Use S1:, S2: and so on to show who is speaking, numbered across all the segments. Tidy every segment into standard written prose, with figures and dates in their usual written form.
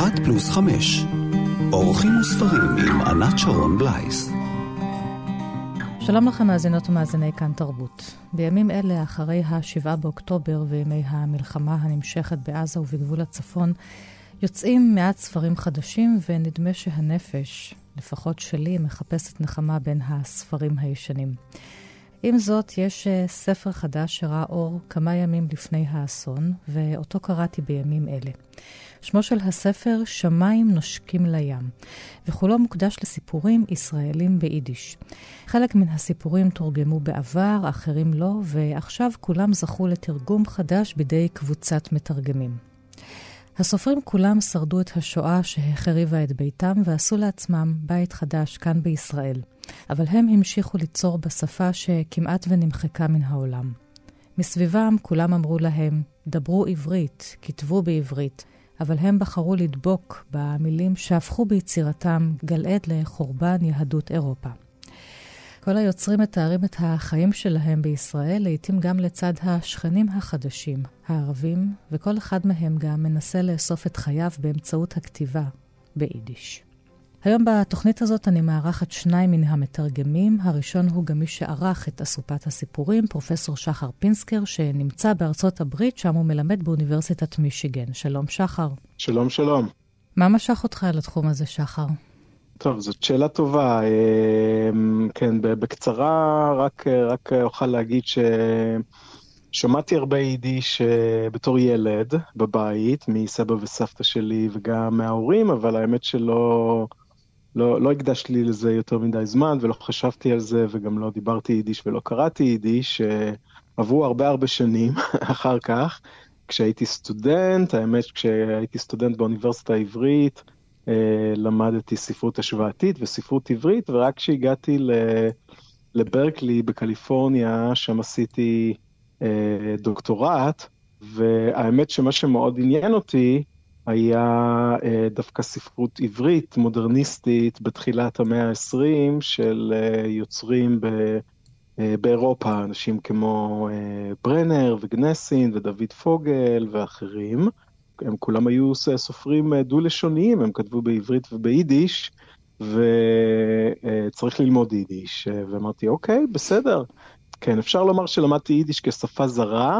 S1: 1+5 אורחים וספרים עם ענת שרון בלייס.
S2: שלום לכם מאזינות ומאזיני כאן תרבות. בימים אלה, אחרי ה-7 באוקטובר וימי המלחמה הנמשכת בעזה ובגבול הצפון, יוצאים מעט ספרים חדשים, ונדמה שהנפש, לפחות שלי, מחפשת נחמה בין הספרים הישנים. עם זאת, יש ספר חדש שראה אור כמה ימים לפני האסון, ואותו קראתי בימים אלה. שמו של הספר שמיים נושקים לים, וכולו מוקדש לסיפורים ישראלים ביידיש. חלק מן הסיפורים תורגמו בעבר, אחרים לא, ועכשיו כולם זכו לתרגום חדש בידי קבוצת מתרגמים. הסופרים כולם שרדו את השואה שהחריבה את ביתם ועשו לעצמם בית חדש כאן בישראל. אבל הם המשיכו ליצור בשפה שכמעט ונמחקה מן העולם. מסביבם כולם אמרו להם, דברו עברית, כתבו בעברית, אבל הם בחרו לדבוק במילים שהפכו ביצירתם גלעד לחורבן יהדות אירופה. כל היוצרים מתארים את החיים שלהם בישראל, לעתים גם לצד השכנים החדשים, הערבים, וכל אחד מהם גם מנסה לאסוף את חייו באמצעות הכתיבה ביידיש. היום בתוכנית הזאת אני מארחת שניים מן המתרגמים. הראשון הוא גם מי שערך את אסופת הסיפורים, פרופסור שחר פינסקר, שנמצא בארצות הברית, שם הוא מלמד באוניברסיטת מישיגן. שלום שחר.
S3: שלום, שלום.
S2: מה משך אותך לתחום הזה, שחר?
S3: טוב, זאת שאלה טובה. כן, בקצרה רק אוכל להגיד ששמעתי הרבה יידיש בתור ילד בבית, מסבא וסבתא שלי וגם מההורים, אבל האמת שלא לא הקדשתי לי לזה יותר מדי זמן, ולא חשבתי על זה, וגם לא דיברתי יידיש ולא קראתי יידיש. עברו הרבה שנים אחר כך, כשהייתי סטודנט. האמת, כשהייתי סטודנט באוניברסיטה העברית, למדתי ספרות השוואתית וספרות עברית, ורק כשהגעתי לברקלי בקליפורניה, שם עשיתי דוקטורט, והאמת שמה שמאוד עניין אותי, היה דווקא ספרות עברית מודרניסטית בתחילת המאה ה-20 של יוצרים באירופה, אנשים כמו ברנר וגנסין ודוד פוגל ואחרים. הם כולם היו סופרים דו-לשוניים, הם כתבו בעברית וביידיש, וצריך ללמוד יידיש. ואמרתי, אוקיי, בסדר. כן, אפשר לומר שלמדתי יידיש כשפה זרה,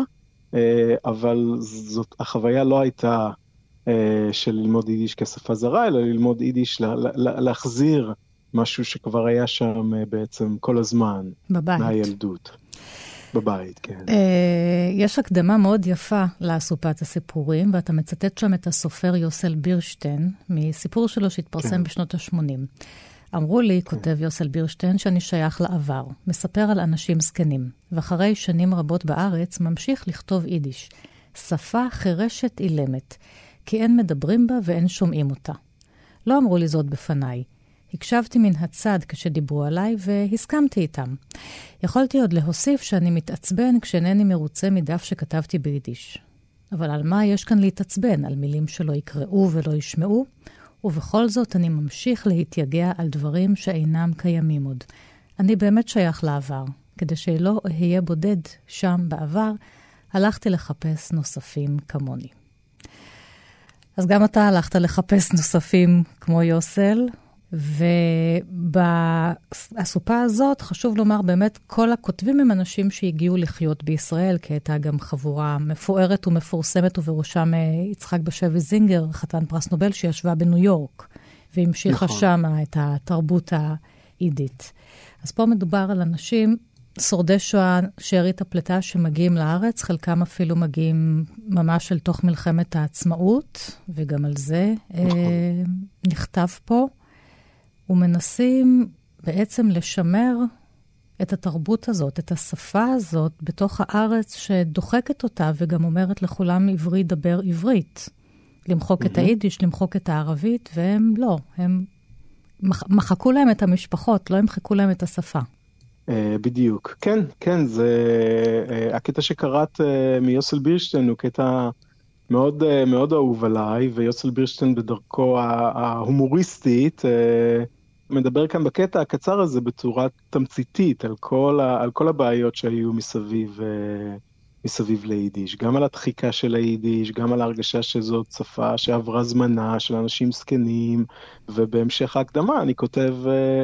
S3: אבל החוויה לא הייתה של ללמוד יידיש כשפה זרה, אלא ללמוד יידיש, להחזיר משהו שכבר היה שם בעצם כל הזמן.
S2: בבית.
S3: מהילדות. בבית, כן.
S2: יש הקדמה מאוד יפה לאסופת הסיפורים, ואתה מצטט שם את הסופר יוסל בירשטיין, מסיפור שלו שהתפרסם בשנות ה-80. אמרו לי, כותב יוסל בירשטיין, שאני שייך לעבר, מספר על אנשים זקנים, ואחרי שנים רבות בארץ ממשיך לכתוב יידיש. שפה חירשת אילמת, כי אין מדברים בה ואין שומעים אותה. לא אמרו לי זאת בפניי. הקשבתי מן הצד כשדיברו עליי והסכמתי איתם. יכולתי עוד להוסיף שאני מתעצבן כשאינני מרוצה מדף שכתבתי ביידיש. אבל על מה יש כאן להתעצבן? על מילים שלא יקראו ולא ישמעו? ובכל זאת אני ממשיך להתייגע על דברים שאינם קיימים עוד. אני באמת שייך לעבר. כדי שלא אהיה בודד שם בעבר, הלכתי לחפש נוספים כמוני. אז גם אתה הלכת לחפש נוספים כמו יוסל, ובאסופה הזאת חשוב לומר באמת כל הכותבים הם אנשים שהגיעו לחיות בישראל, כי הייתה גם חבורה מפוארת ומפורסמת, ובראשם יצחק בשבי זינגר, חתן פרס נובל שישבה בניו יורק, והמשיכה שם את התרבות היידית. אז פה מדובר על אנשים, שורדי שואה, שארית הפלטה שמגיעים לארץ, חלקם אפילו מגיעים ממש אל תוך מלחמת העצמאות, וגם על זה נכתב פה. ומנסים בעצם לשמר את התרבות הזאת, את השפה הזאת, בתוך הארץ שדוחקת אותה, וגם אומרת לכולם עברית, דבר עברית. למחוק את היידיש, למחוק את הערבית, והם לא. הם מחקו להם את המשפחות, לא ימחקו להם את השפה.
S3: בדיוק. כן, זה הקטע שקראת מיוסל בירשטיין, הוא קטע מאוד מאוד אהוב עליי, ויוסל בירשטיין בדרכו ההומוריסטית, מדבר כאן בקטע הקצר הזה בצורה תמציתית על כל הבעיות שהיו מסביב מסביב ליידיש, גם על הדחיקה של היידיש, גם על ההרגשה שזאת שפה שעברה זמנה של אנשים זקנים, ובהמשך ההקדמה אני כותב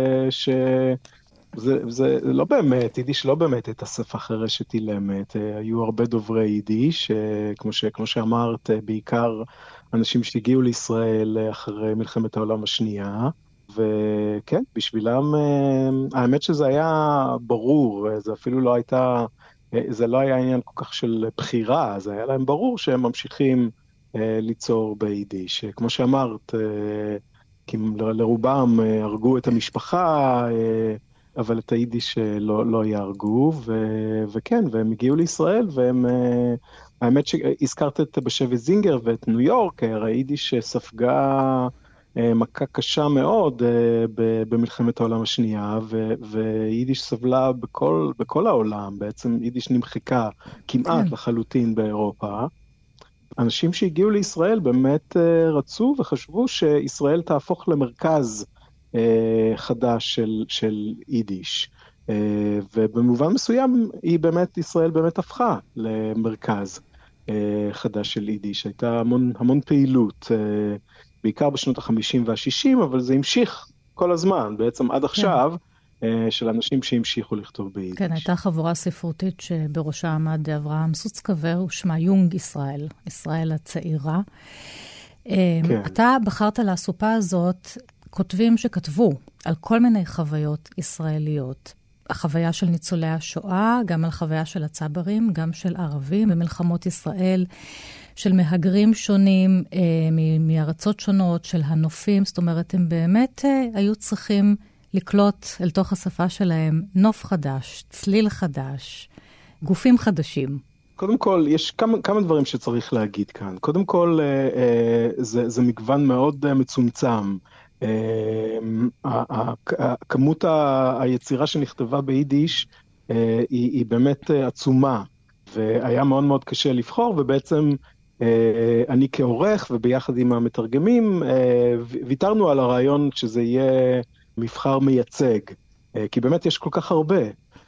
S3: זה לא באמת, יידיש לא באמת הייתה שפה חירשת אילמת, היו הרבה דוברי יידיש, כמו שאמרת, בעיקר אנשים שהגיעו לישראל אחרי מלחמת העולם השנייה, וכן, בשבילם, האמת שזה היה ברור, זה אפילו לא הייתה, זה לא היה עניין כל כך של בחירה, זה היה להם ברור שהם ממשיכים ליצור ביידיש. כמו שאמרת, כי לרובם הרגו את המשפחה, אבל את היידיש לא יהרגו, וכן, והם הגיעו לישראל, והם, האמת שהזכרת את בשבי זינגר ואת ניו יורק, היידיש ספגה מכה קשה מאוד במלחמת העולם השנייה, ויידיש סבלה בכל העולם, בעצם יידיש נמחקה כמעט לחלוטין באירופה. אנשים שהגיעו לישראל באמת רצו וחשבו שישראל תהפוך למרכז חדש של יידיש, ובמובן מסוים ישראל באמת הפכה למרכז חדש של יידיש. הייתה המון פעילות, בעיקר בשנות ה-50 וה-60, אבל זה המשיך כל הזמן, בעצם עד עכשיו, של אנשים שהמשיכו לכתוב ביידיש.
S2: כן, הייתה חבורה ספרותית שבראשה עמד אברהם סוצקבר, ושמה יונג ישראל, ישראל הצעירה. אתה בחרת לאסופה הזאת כותבים שכתבו על כל מיני חוויות ישראליות. החוויה של ניצולי השואה, גם על חוויה של הצברים, גם של ערבים במלחמות ישראל, של מהגרים שונים מארצות שונות, של הנופים. זאת אומרת, הם באמת היו צריכים לקלוט אל תוך השפה שלהם נוף חדש, צליל חדש, גופים חדשים.
S3: קודם כל, יש כמה דברים שצריך להגיד כאן. קודם כל, זה מגוון מאוד מצומצם. כמות היצירה שנכתבה ביידיש היא באמת עצומה, והיה מאוד מאוד קשה לבחור, ובעצם אני כעורך וביחד עם המתרגמים ויתרנו על הרעיון שזה יהיה מבחר מייצג, כי באמת יש כל כך הרבה,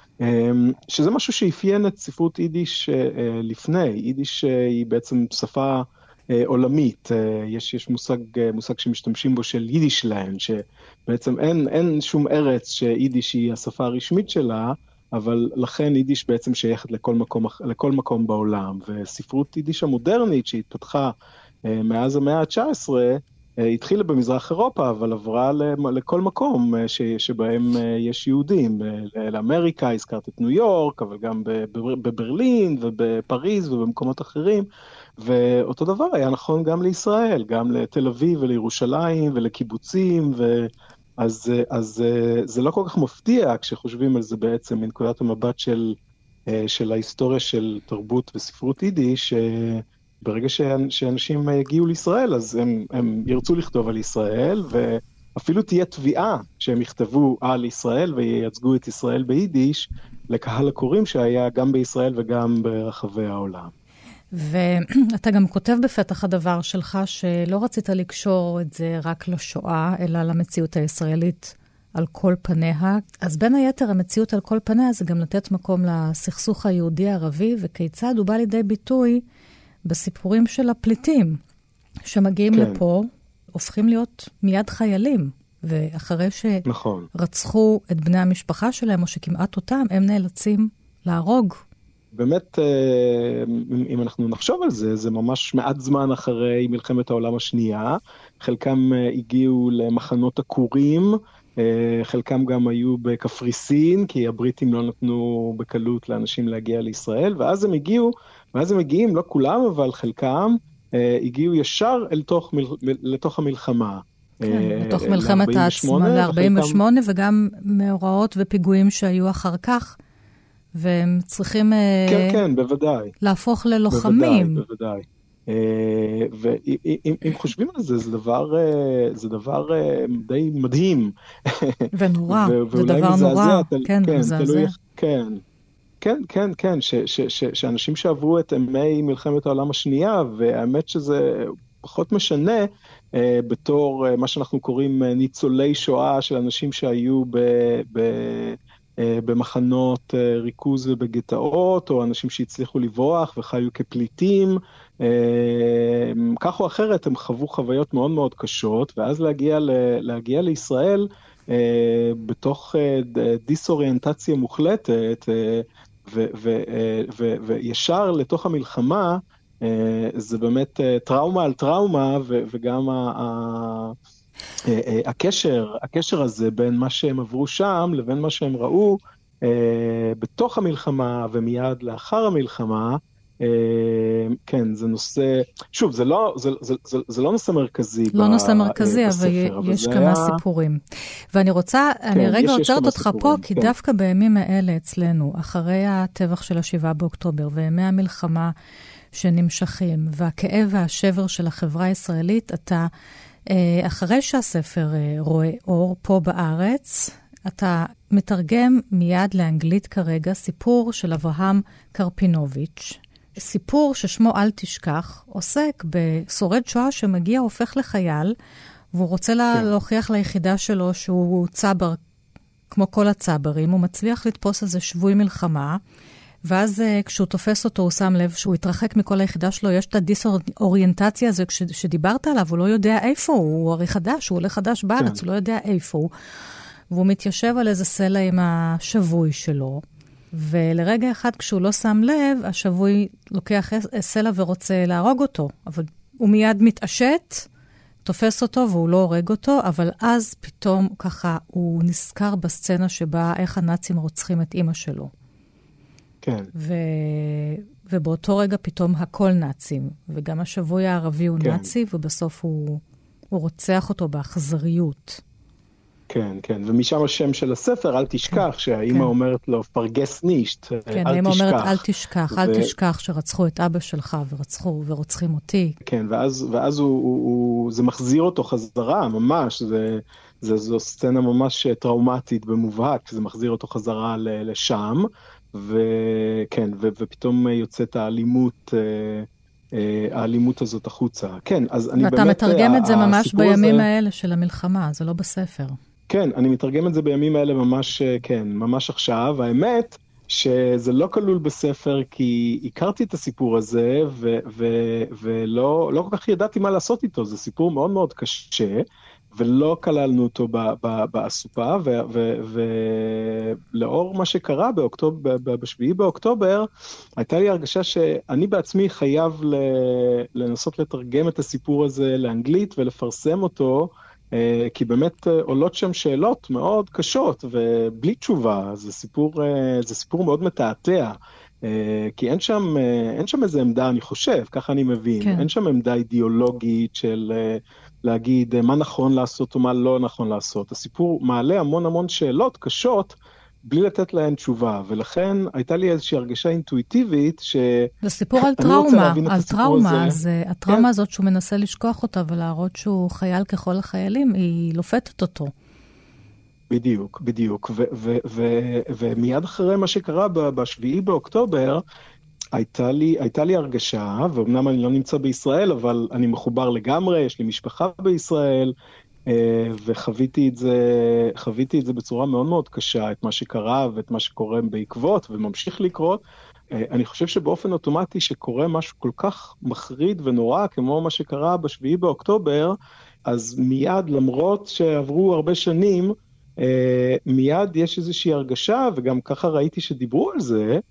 S3: שזה משהו שאפיין את ספרות יידיש לפני. יידיש היא בעצם שפה עולמית, יש מושג שמשתמשים בו של יידישלנד, שבעצם אין שום ארץ שיידיש היא השפה הרשמית שלה, אבל לכן יידיש בעצם שייכת לכל מקום בעולם. וספרות יידיש המודרנית שהתפתחה מאז המאה ה-19, התחילה במזרח אירופה, אבל עברה לכל מקום שבהם יש יהודים. לאמריקה, הזכרת את ניו יורק, אבל גם בברלין ובפריז ובמקומות אחרים. ואותו דבר היה נכון גם לישראל, גם לתל אביב ולירושלים ולקיבוצים, אז זה לא כל כך מפתיע כשחושבים על זה בעצם מנקודת המבט של ההיסטוריה של תרבות וספרות יידיש, ברגע שאנשים יגיעו לישראל, אז הם ירצו לכתוב על ישראל, ואפילו תהיה תביעה שהם יכתבו על ישראל וייצגו את ישראל ביידיש לקהל הקוראים שהיה גם בישראל וגם ברחבי העולם.
S2: ואתה גם כותב בפתח הדבר שלך שלא רצית לקשור את זה רק לשואה, אלא למציאות הישראלית על כל פניה. אז בין היתר המציאות על כל פניה זה גם לתת מקום לסכסוך היהודי-ערבי, וכיצד הוא בא לידי ביטוי בסיפורים של הפליטים שמגיעים לפה, הופכים להיות מיד חיילים, ואחרי שרצחו את בני המשפחה שלהם, או שכמעט אותם, הם נאלצים להרוג.
S3: באמת, אם אנחנו נחשוב על זה, זה ממש מעט זמן אחרי מלחמת העולם השנייה. חלקם הגיעו למחנות עקורים, חלקם גם היו בקפריסין, כי הבריטים לא נתנו בקלות לאנשים להגיע לישראל, ואז הם מגיעים, לא כולם, אבל חלקם הגיעו ישר לתוך המלחמה.
S2: כן, לתוך מלחמת העצמאות ל-48, וגם מאורעות ופיגועים שהיו אחר כך, והם צריכים
S3: כן, בוודאי.
S2: להפוך ללוחמים.
S3: בוודאי. ואם חושבים על זה, זה דבר די מדהים.
S2: ונורא, זה דבר נורא. כן, מזעזע.
S3: כן, שאנשים שעברו את ימי מלחמת העולם השנייה, והאמת שזה פחות משנה, בתור מה שאנחנו קוראים ניצולי שואה של אנשים שהיו במחנות ריכוז ובגטאות, או אנשים שהצליחו לברוח וחיו כפליטים, כך או אחרת הם חוו חוויות מאוד מאוד קשות, ואז להגיע לישראל בתוך דיסאוריינטציה מוחלטת, וישר לתוך המלחמה, זה באמת טראומה על טראומה, וגם הקשר הזה בין מה שהם עברו שם לבין מה שהם ראו בתוך המלחמה ומיד לאחר המלחמה, כן, זה נושא, שוב, זה לא נושא מרכזי בספר.
S2: לא נושא מרכזי, אבל יש כמה סיפורים. ואני רוצה, אני רגע עוצרת אותך פה, כי דווקא בימים האלה אצלנו, אחרי הטבח של 7 באוקטובר, וימי המלחמה שנמשכים, והכאב והשבר של החברה הישראלית, אתה, אחרי שהספר רואה אור פה בארץ, אתה מתרגם מיד לאנגלית כרגע סיפור של אברהם קרפינוביץ', סיפור ששמו אל תשכח, עוסק בשורד שואה שמגיע, הופך לחייל, והוא רוצה להוכיח ליחידה שלו שהוא צבר, כמו כל הצברים, הוא מצליח לתפוס איזה שבוי מלחמה, ואז כשהוא תופס אותו, הוא שם לב שהוא יתרחק מכל היחידה שלו, יש את הדיסאוריינטציה הזו שדיברת עליו, הוא לא יודע איפה הוא הרי חדש, הוא עולה חדש בארץ, הוא לא יודע איפה הוא, והוא מתיישב על איזה סלע עם השבוי שלו, ולרגע אחד כשהוא לא שם לב, השבוי לוקח סלע ורוצה להרוג אותו, אבל הוא מיד מתעשת, תופס אותו והוא לא הורג אותו, אבל אז פתאום ככה הוא נזכר בסצנה שבה איך הנאצים רוצחים את אמא שלו.
S3: כן.
S2: ובאותו רגע פתאום הכל נאצים, וגם השבוי הערבי הוא נאצי, ובסוף הוא רוצח אותו באכזריות.
S3: כן, כן, ומשם השם של הספר, אל תשכח, שהאימא אומרת לו, פרגס נישט, אל תשכח.
S2: כן, האימא אומרת, אל תשכח, אל תשכח שרצחו את אבא שלך ורוצחים אותי.
S3: כן, ואז זה מחזיר אותו חזרה, ממש, זו סצנה ממש טראומטית במובהק, זה מחזיר אותו חזרה לשם, וכן, ופתאום יוצאת האלימות הזאת החוצה. כן, אז אני באמת...
S2: ואתה מתרגם את זה ממש בימים האלה של המלחמה, זה לא בספר.
S3: כן, אני מתרגם את זה בימים האלה ממש, כן, ממש עכשיו. האמת שזה לא כלול בספר, כי הכרתי את הסיפור הזה, ולא כל כך ידעתי מה לעשות איתו. זה סיפור מאוד מאוד קשה, ולא כללנו אותו באסופה, ולאור מה שקרה ב7 באוקטובר, הייתה לי הרגשה שאני בעצמי חייב לנסות לתרגם את הסיפור הזה לאנגלית ולפרסם אותו, כי באמת עולות שם שאלות מאוד קשות ובלי תשובה. זה סיפור מאוד מתעתע, כי אין שם איזה עמדה, אני חושב, ככה אני מבין, כן. אין שם עמדה אידיאולוגית של להגיד מה נכון לעשות ומה לא נכון לעשות. הסיפור מעלה המון שאלות קשות, בלי לתת להן תשובה, ולכן הייתה לי איזושהי הרגשה אינטואיטיבית
S2: זה סיפור על טראומה, אז הטראומה הזאת שהוא מנסה לשכוח אותה ולהראות שהוא חייל ככל החיילים, היא לופתת אותו.
S3: בדיוק, ומיד אחרי מה שקרה ב7 באוקטובר, הייתה לי הרגשה, ואומנם אני לא נמצא בישראל, אבל אני מחובר לגמרי, יש לי משפחה בישראל, וחוויתי את זה בצורה מאוד מאוד קשה, את מה שקרה ואת מה שקורה בעקבות וממשיך לקרות. אני חושב שבאופן אוטומטי שקורה משהו כל כך מחריד ונורא, כמו מה שקרה ב7 באוקטובר, אז מיד, למרות שעברו הרבה שנים, מיד יש איזושהי הרגשה, וגם ככה ראיתי שדיברו על זה,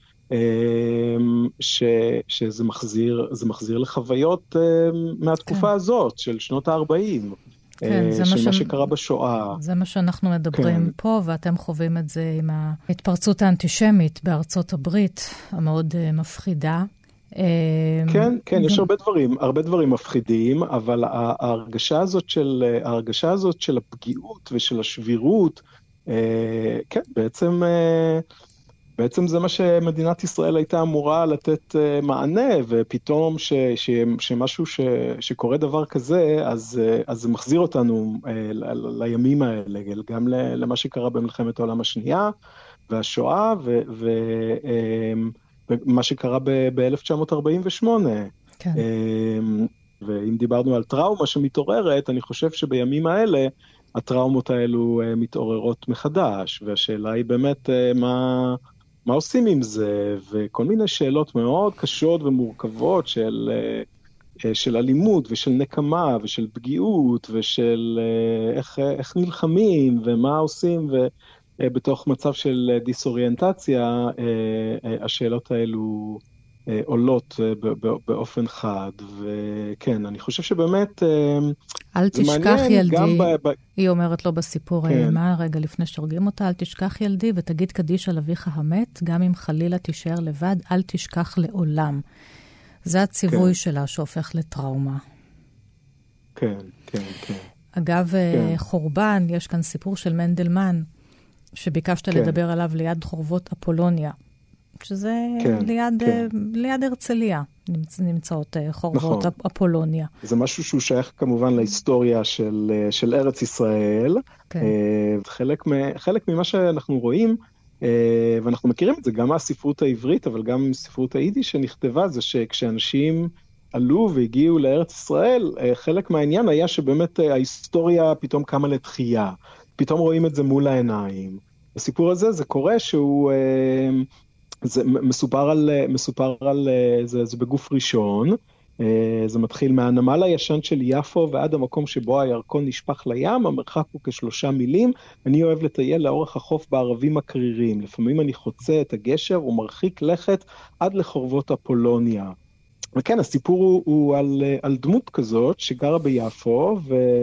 S3: שזה מחזיר לחוויות מהתקופה הזאת, של שנות ה-40.
S2: כן,
S3: של מה שקרה בשואה.
S2: זה מה שאנחנו מדברים פה, ואתם חווים את זה עם ההתפרצות האנטישמית בארצות הברית, המאוד מפחידה.
S3: כן, יש הרבה דברים מפחידים, אבל ההרגשה הזאת של הפגיעות ושל השבירות, כן, בעצם זה מה שמדינת ישראל הייתה אמורה לתת מענה, ופתאום שמשהו שקורה דבר כזה, אז זה מחזיר אותנו לימים האלה, גם למה שקרה במלחמת העולם השנייה, והשואה, ומה שקרה ב-1948.
S2: כן.
S3: ואם דיברנו על טראומה שמתעוררת, אני חושב שבימים האלה, הטראומות האלו מתעוררות מחדש, והשאלה היא באמת מה עושים עם זה, וכל מיני שאלות מאוד קשות ומורכבות של אלימות ושל נקמה ושל פגיעות ושל איך נלחמים ומה עושים, ובתוך מצב של דיסאוריינטציה השאלות האלו עולות באופן חד. וכן, אני חושב שבאמת
S2: אל תשכח ילדי, היא אומרת לו בסיפור האימה, רגע לפני שתרגים אותה, אל תשכח ילדי ותגיד קדיש על אביך המת, גם אם חלילה תישאר לבד, אל תשכח לעולם. זה הציווי שלה שהופך לטראומה.
S3: כן, כן, כן.
S2: אגב, חורבן, יש כאן סיפור של מנדלמן, שביקשת לדבר עליו ליד חורבות אפולוניה, שזה ליד הרצליה נמצאות חורבות אפולוניה.
S3: זה משהו שהוא שייך כמובן להיסטוריה של ארץ ישראל, חלק ממה שאנחנו רואים, ואנחנו מכירים את זה גם מהספרות העברית, אבל גם מספרות היידיש שנכתבה, זה שכשאנשים עלו והגיעו לארץ ישראל, חלק מהעניין היה שבאמת ההיסטוריה פתאום קמה לתחייה, פתאום רואים את זה מול העיניים. הסיפור הזה, זה קורה שהוא, זה מסופר על זה בגוף ראשון, זה מתחיל מהנמל הישן של יפו ועד המקום שבו הירקון נשפך לים, המרחק הוא כ3 מילים, אני אוהב לטייל לאורך החוף בערבים הקרירים, לפעמים אני חוצה את הגשר ומרחיק לכת עד לחורבות אפולוניה. וכן, הסיפור הוא על דמות כזאת שגרה ביפו,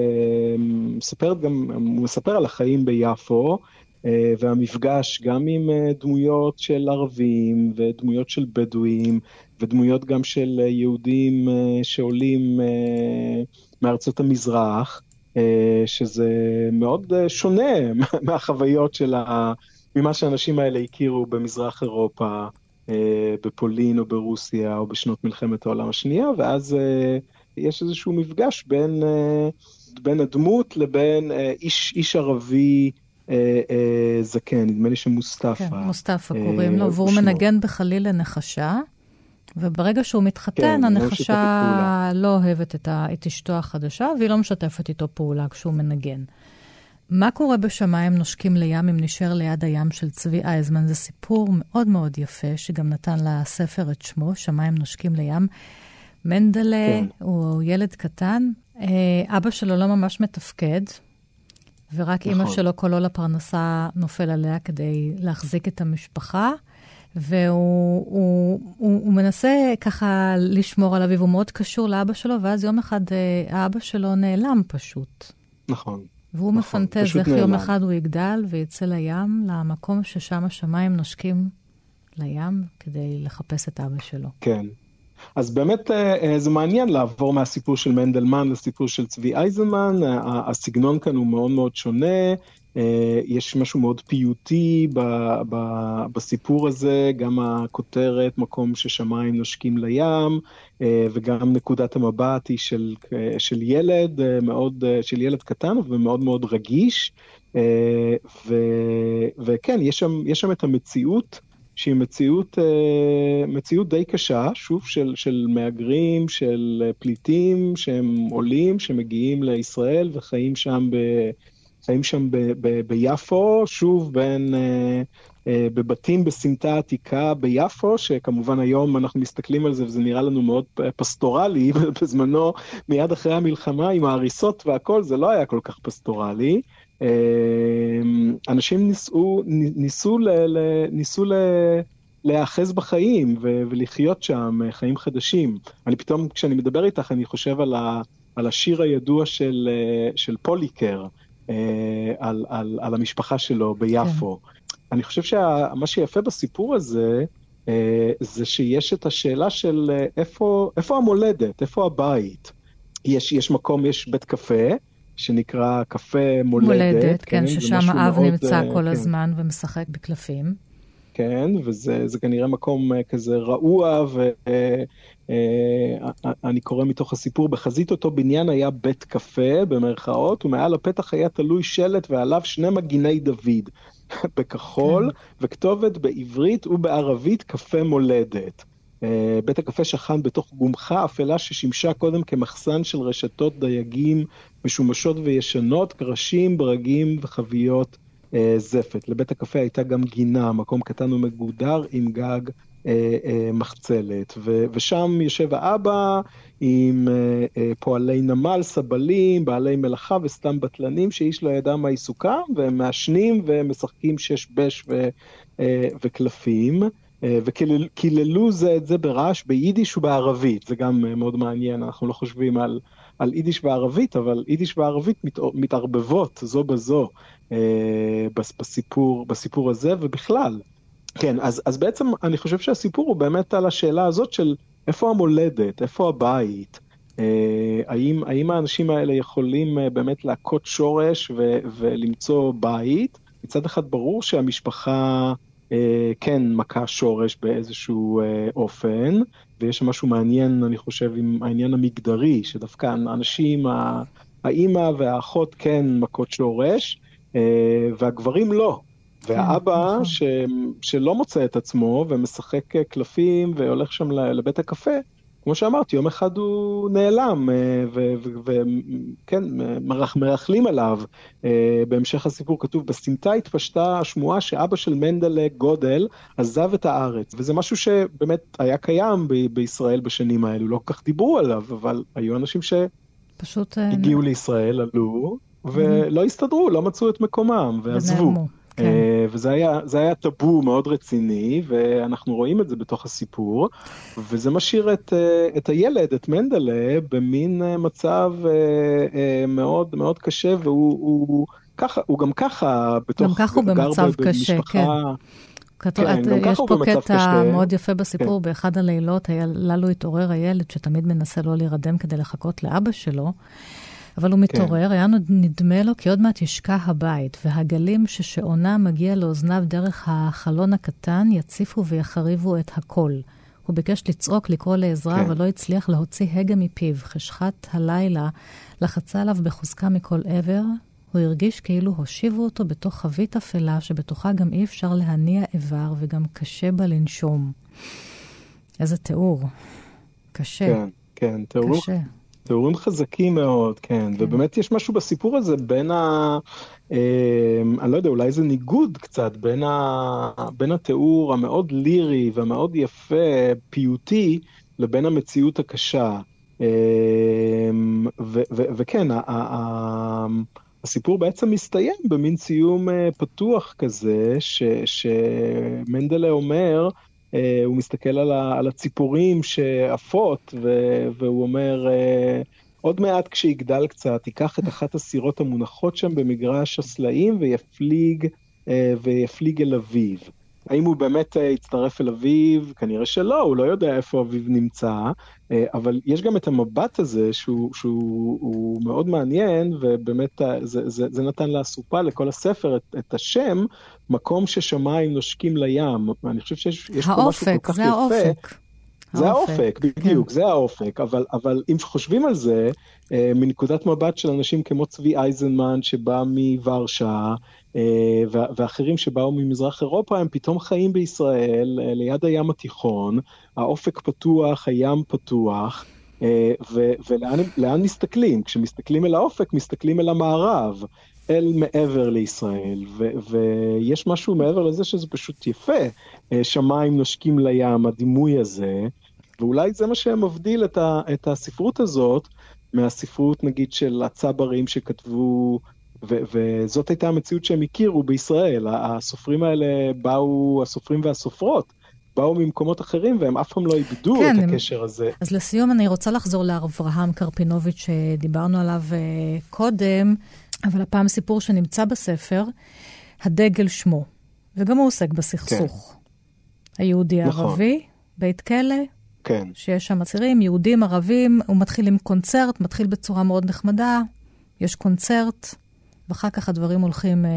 S3: הוא מספר על החיים ביפו, והמפגש גם עם דמויות של ערבים ודמויות של בדואים ודמויות גם של יהודים שעולים מארצות המזרח, שזה מאוד שונה מהחוויות ממה שהאנשים האלה הכירו במזרח אירופה, בפולין או ברוסיה או בשנות מלחמת העולם השנייה, ואז יש איזשהו מפגש בין הדמות לבין איש ערבי זקן, נדמה לי שמוסטפה.
S2: כן, מוסטפה קוראים לו, והוא מנגן בחליל לנחשה, וברגע שהוא מתחתן, הנחשה לא אוהבת את אשתו החדשה, והיא לא משתפת איתו פעולה כשהוא מנגן. מה קורה בשמיים נושקים לים אם נשאר ליד הים של צבי אייזמן? זה סיפור מאוד מאוד יפה, שגם נתן לספר את שמו, שמיים נושקים לים. מנדלה הוא ילד קטן, אבא שלו לא ממש מתפקד, ורק אמא שלו קולו לפרנסה נופל עליה כדי להחזיק את המשפחה, והוא מנסה ככה לשמור על אביו, הוא מאוד קשור לאבא שלו, ואז יום אחד האבא שלו נעלם פשוט.
S3: נכון.
S2: והוא מפנטז איך יום אחד הוא יגדל ויצא לים, למקום ששם השמיים נושקים לים, כדי לחפש את אבא שלו.
S3: כן. אז באמת זה מעניין לעבור מהסיפור של מנדלמן לסיפור של צבי אייזנמן, הסגנון כאן הוא מאוד מאוד שונה, יש משהו מאוד פיוטי בסיפור הזה, גם הכותרת, מקום ששמיים נושקים לים, וגם נקודת המבט היא של ילד, של ילד קטן ומאוד מאוד רגיש, וכן, יש שם את המציאות, שהיא מציאות די קשה, שוב, של מהגרים, של פליטים, שהם עולים, שמגיעים לישראל וחיים שם ביפו, שוב בבתים בסמטה עתיקה ביפו, שכמובן היום אנחנו מסתכלים על זה וזה נראה לנו מאוד פסטורלי, בזמנו מיד אחרי המלחמה עם ההריסות והכל, זה לא היה כל כך פסטורלי. אנשים ניסו להאחז בחיים ולחיות שם חיים חדשים. אני פתאום, כשאני מדבר איתך, אני חושב על השיר הידוע של פוליקר, על המשפחה שלו ביפו. אני חושב שמה שיפה בסיפור הזה, זה שיש את השאלה של איפה המולדת, איפה הבית. יש מקום, יש בית קפה, שנקרא קפה מולדת.
S2: כן, ששם האב נמצא כל הזמן ומשחק בקלפים.
S3: כן, וזה כנראה מקום כזה רעוע, ואני קורא מתוך הסיפור, בחזית אותו בניין היה בית קפה, במרכאות, ומעל הפתח היה תלוי שלט, ועליו 2 מגיני דוד, בכחול, וכתובת בעברית ובערבית קפה מולדת. בית הקפה שכן בתוך גומחה אפלה ששימשה קודם כמחסן של רשתות דייגים משומשות וישנות, קרשים, ברגים וחביות זפת. לבית הקפה הייתה גם גינה, מקום קטן ומגודר עם גג מחצלת, ושם יושב האבא עם פועלי נמל, סבלים, בעלי מלאכה וסתם בטלנים שאיש לא ידע מה עיסוקם, והם מעשנים ומשחקים שש בש וקלפים, וכיללו זה את זה ברעש ביידיש ובערבית. זה גם מאוד מעניין, אנחנו לא חושבים על יידיש וערבית, אבל יידיש וערבית מתערבבות זו בזו בסיפור הזה ובכלל. כן, אז בעצם אני חושב שהסיפור הוא באמת על השאלה הזאת של איפה המולדת, איפה הבית, האם האנשים האלה יכולים באמת להכות שורש ולמצוא בית. מצד אחד ברור שהמשפחה כן מכה שורש באיזשהו אופן, ויש משהו מעניין, אני חושב, עם העניין המגדרי, שדווקא האנשים, האמא והאחות כן מכות שורש, והגברים לא. והאבא שלא מוצא את עצמו ומשחק קלפים והולך שם לבית הקפה, כמו שאמרתי, יום אחד הוא נעלם, וכן, מרחלים עליו. בהמשך הסיפור כתוב, בסמטה התפשטה השמועה שאבא של מנדלה גודל עזב את הארץ, וזה משהו שבאמת היה קיים בישראל בשנים האלו, לא כל כך דיברו עליו, אבל היו אנשים שפשוט הגיעו לישראל, עלו, ולא הסתדרו, לא מצאו את מקומם, ועזבו. כן. וזה היה טאבו מאוד רציני, ואנחנו רואים את זה בתוך הסיפור, וזה משאיר את הילד, את מנדלה, במין מצב מאוד מאוד קשה, והוא גם ככה
S2: בתוך, גם ככה הוא במצב קשה, כן. יש פה קטע מאוד יפה בסיפור, באחד הלילות לו התעורר הילד שתמיד מנסה לא להירדם כדי לחכות לאבא שלו, אבל הוא מתעורר, היה נדמה לו כי עוד מעט ישקע הבית, והגלים ששעונה מגיע לאוזניו דרך החלון הקטן יציפו ויחריבו את הכל. הוא ביקש לצעוק, לקרוא לעזרה, אבל לא הצליח להוציא הגה מפיו. חשכת הלילה לחצה עליו בחוזקה מכל עבר. הוא הרגיש כאילו הושיבו אותו בתוך חבית אפלה, שבתוכה גם אי אפשר להניע איבר, וגם קשה בה לנשום. איזה תיאור. קשה.
S3: כן, תיאור. קשה. תיאורים חזקים מאוד, כן, ובאמת יש משהו בסיפור הזה בין אני לא יודע, אולי זה ניגוד קצת, בין התיאור המאוד לירי והמאוד יפה, פיוטי, לבין המציאות הקשה. וכן, הסיפור בעצם מסתיים במין סיום פתוח כזה, שמנדלה אומר, הוא מסתכל על הציפורים שעפות, והוא אומר, עוד מעט כשיגדל קצת, ייקח את אחת הסירות המונחות שם במגרש הסלעים, ויפליג אל אביו. האם הוא באמת יצטרף אל אביו? כנראה שלא, הוא לא יודע איפה אביו נמצא, אבל יש גם את המבט הזה שהוא מאוד מעניין, ובאמת זה נתן לאסופה לכל הספר את השם, מקום ששמיים נושקים לים. אני חושב שיש פה משהו כל כך יפה. זה האופק, בדיוק, זה האופק, אבל אם חושבים על זה, מנקודת מבט של אנשים כמו צבי אייזנמן שבא מוורשה, ואחרים שבאו ממזרח אירופה, הם פתאום חיים בישראל, ליד הים התיכון, האופק פתוח, הים פתוח, ולאן מסתכלים? כשמסתכלים אל האופק, מסתכלים אל המערב, אל מעבר לישראל, ויש משהו מעבר לזה שזה פשוט יפה, שמיים נושקים לים, הדימוי הזה, ואולי זה מה שמבדיל את הספרות הזאת, מהספרות נגיד של הצברים שכתבו, וזאת הייתה המציאות שהם הכירו בישראל, הסופרים האלה באו, הסופרים והסופרות, באו ממקומות אחרים, והם אף פעם לא איבדו את הקשר הזה.
S2: אז לסיום אני רוצה לחזור לאברהם קרפינוביץ' שדיברנו עליו קודם, אבל הפעם סיפור שנמצא בספר, הדגל שמו, וגם הוא עוסק בסכסוך. היהודי הערבי, בית כלא, שיש שם עצירים, יהודים, ערבים, הוא מתחיל עם קונצרט, מתחיל בצורה מאוד נחמדה, יש קונצרט, ואחר כך הדברים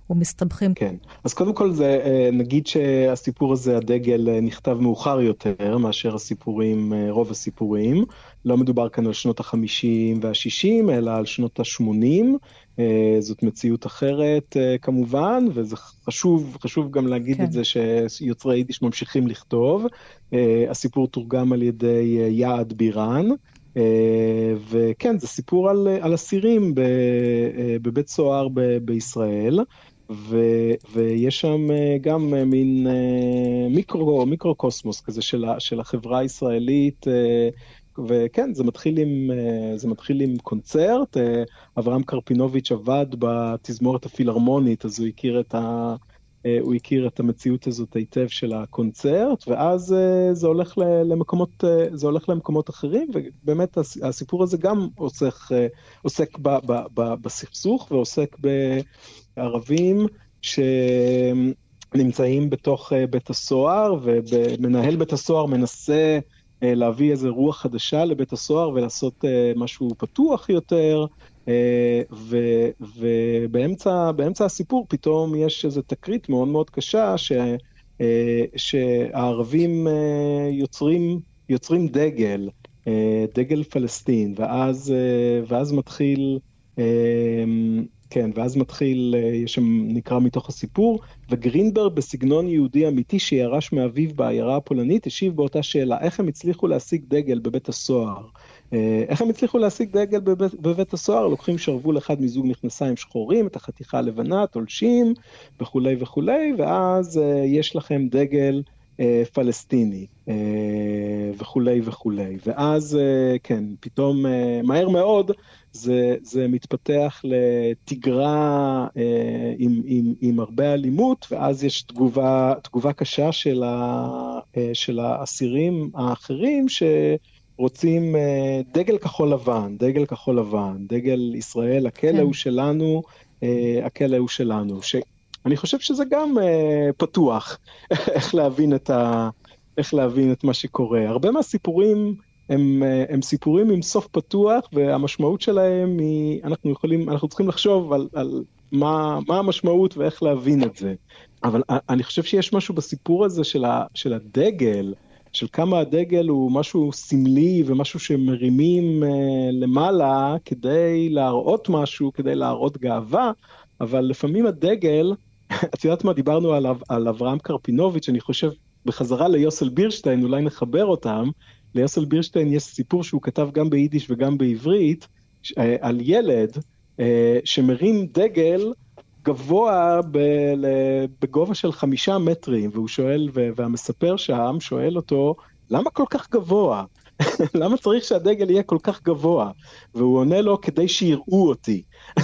S2: ומסתבכים.
S3: כן, אז קודם כל נגיד שהסיפור הזה, הדגל, נכתב מאוחר יותר מאשר הסיפורים, רוב הסיפורים. לא מדובר כאן על שנות ה-50 וה-60, אלא על שנות ה-80. זאת מציאות אחרת כמובן, וזה חשוב גם להגיד את זה שיוצרי יידיש ממשיכים לכתוב. הסיפור תורגם על ידי יעד בירן. וכן, זה סיפור על אסירים בבית סוהר בישראל. ויש שם גם מין מיקרוקוסמוס כזה של החברה הישראלית, וכן, זה מתחיל עם קונצרט. אברהם קרפינוביץ' עבד בתזמורת הפילהרמונית, אז הוא הכיר את המציאות הזאת היטב של הקונצרט, ואז זה הולך למקומות אחרים, ובאמת הסיפור הזה גם עוסק בסכסוך, ועוסק בערבים שנמצאים בתוך בית הסוהר, ומנהל בית הסוהר מנסה להביא איזו רוח חדשה לבית הסוהר, ולעשות משהו פתוח יותר, ובאמצע הסיפור פתאום יש איזו תקרית מאוד מאוד קשה, שהערבים יוצרים דגל פלסטין, ואז מתחיל, יש שם נקרא מתוך הסיפור, וגרינברג בסגנון יהודי אמיתי שירש מאביו בעיירה הפולנית, השיב באותה שאלה, איך הם הצליחו להשיג דגל בבית הסוהר? איך הם הצליחו להשיג דגל בבית הסוהר? לוקחים שרוול אחד מזוג מכנסיים שחורים, את החתיכה הלבנה, תולשים וכו' וכו', ואז יש לכם דגל פלסטיני וכו' וכו'. ואז כן, פתאום מהר מאוד זה מתפתח לתגרה עם הרבה אלימות, ואז יש תגובה קשה של האסירים האחרים שרוצים דגל כחול לבן, דגל ישראל, הכלא הוא שלנו, הכלא הוא שלנו. אני חושב שזה גם פתוח, איך להבין את מה שקורה. הרבה מהסיפורים הם סיפורים עם סוף פתוח, והמשמעות שלהם היא, אנחנו צריכים לחשוב על מה המשמעות ואיך להבין את זה. אבל אני חושב שיש משהו בסיפור הזה של הדגל, של כמה הדגל הוא משהו סמלי ומשהו שמרימים למעלה כדי להראות משהו, כדי להראות גאווה, אבל לפעמים הדגל, את יודעת מה, דיברנו על אברהם קרפינוביץ', אני חושב בחזרה ליוסל בירשטיין, אולי נחבר אותם. ליוסל בירשטיין יש סיפור שהוא כתב גם ביידיש וגם בעברית, על ילד שמרים דגל גבוה בגובה של 5 מטרים, והוא שואל, והמספר שם שואל אותו, למה כל כך גבוה? למה צריך שהדגל יהיה כל כך גבוה? והוא עונה לו, כדי שיראו אותי.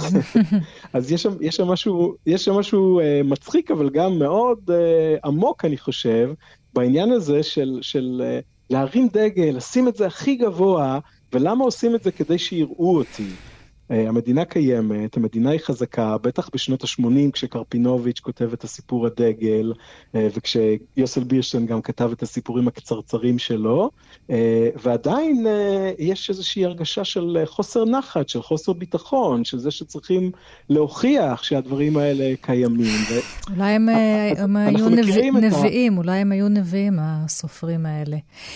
S3: אז יש שם משהו מצחיק, אבל גם מאוד עמוק, אני חושב, בעניין הזה של להרים דגל, לשים את זה הכי גבוה, ולמה עושים את זה? כדי שיראו אותי. המדינה קיימת, המדינה היא חזקה, בטח בשנות ה-80 כשקרפינוביץ' כותב את הסיפור הדגל, וכשיוסל בירשטיין גם כתב את הסיפורים הקצרצרים שלו, ועדיין יש איזושהי הרגשה של חוסר נחת, של חוסר ביטחון, של זה שצריכים להוכיח שהדברים האלה קיימים.
S2: אולי הם היו נביאים, אולי הם היו נביאים, הסופרים האלה.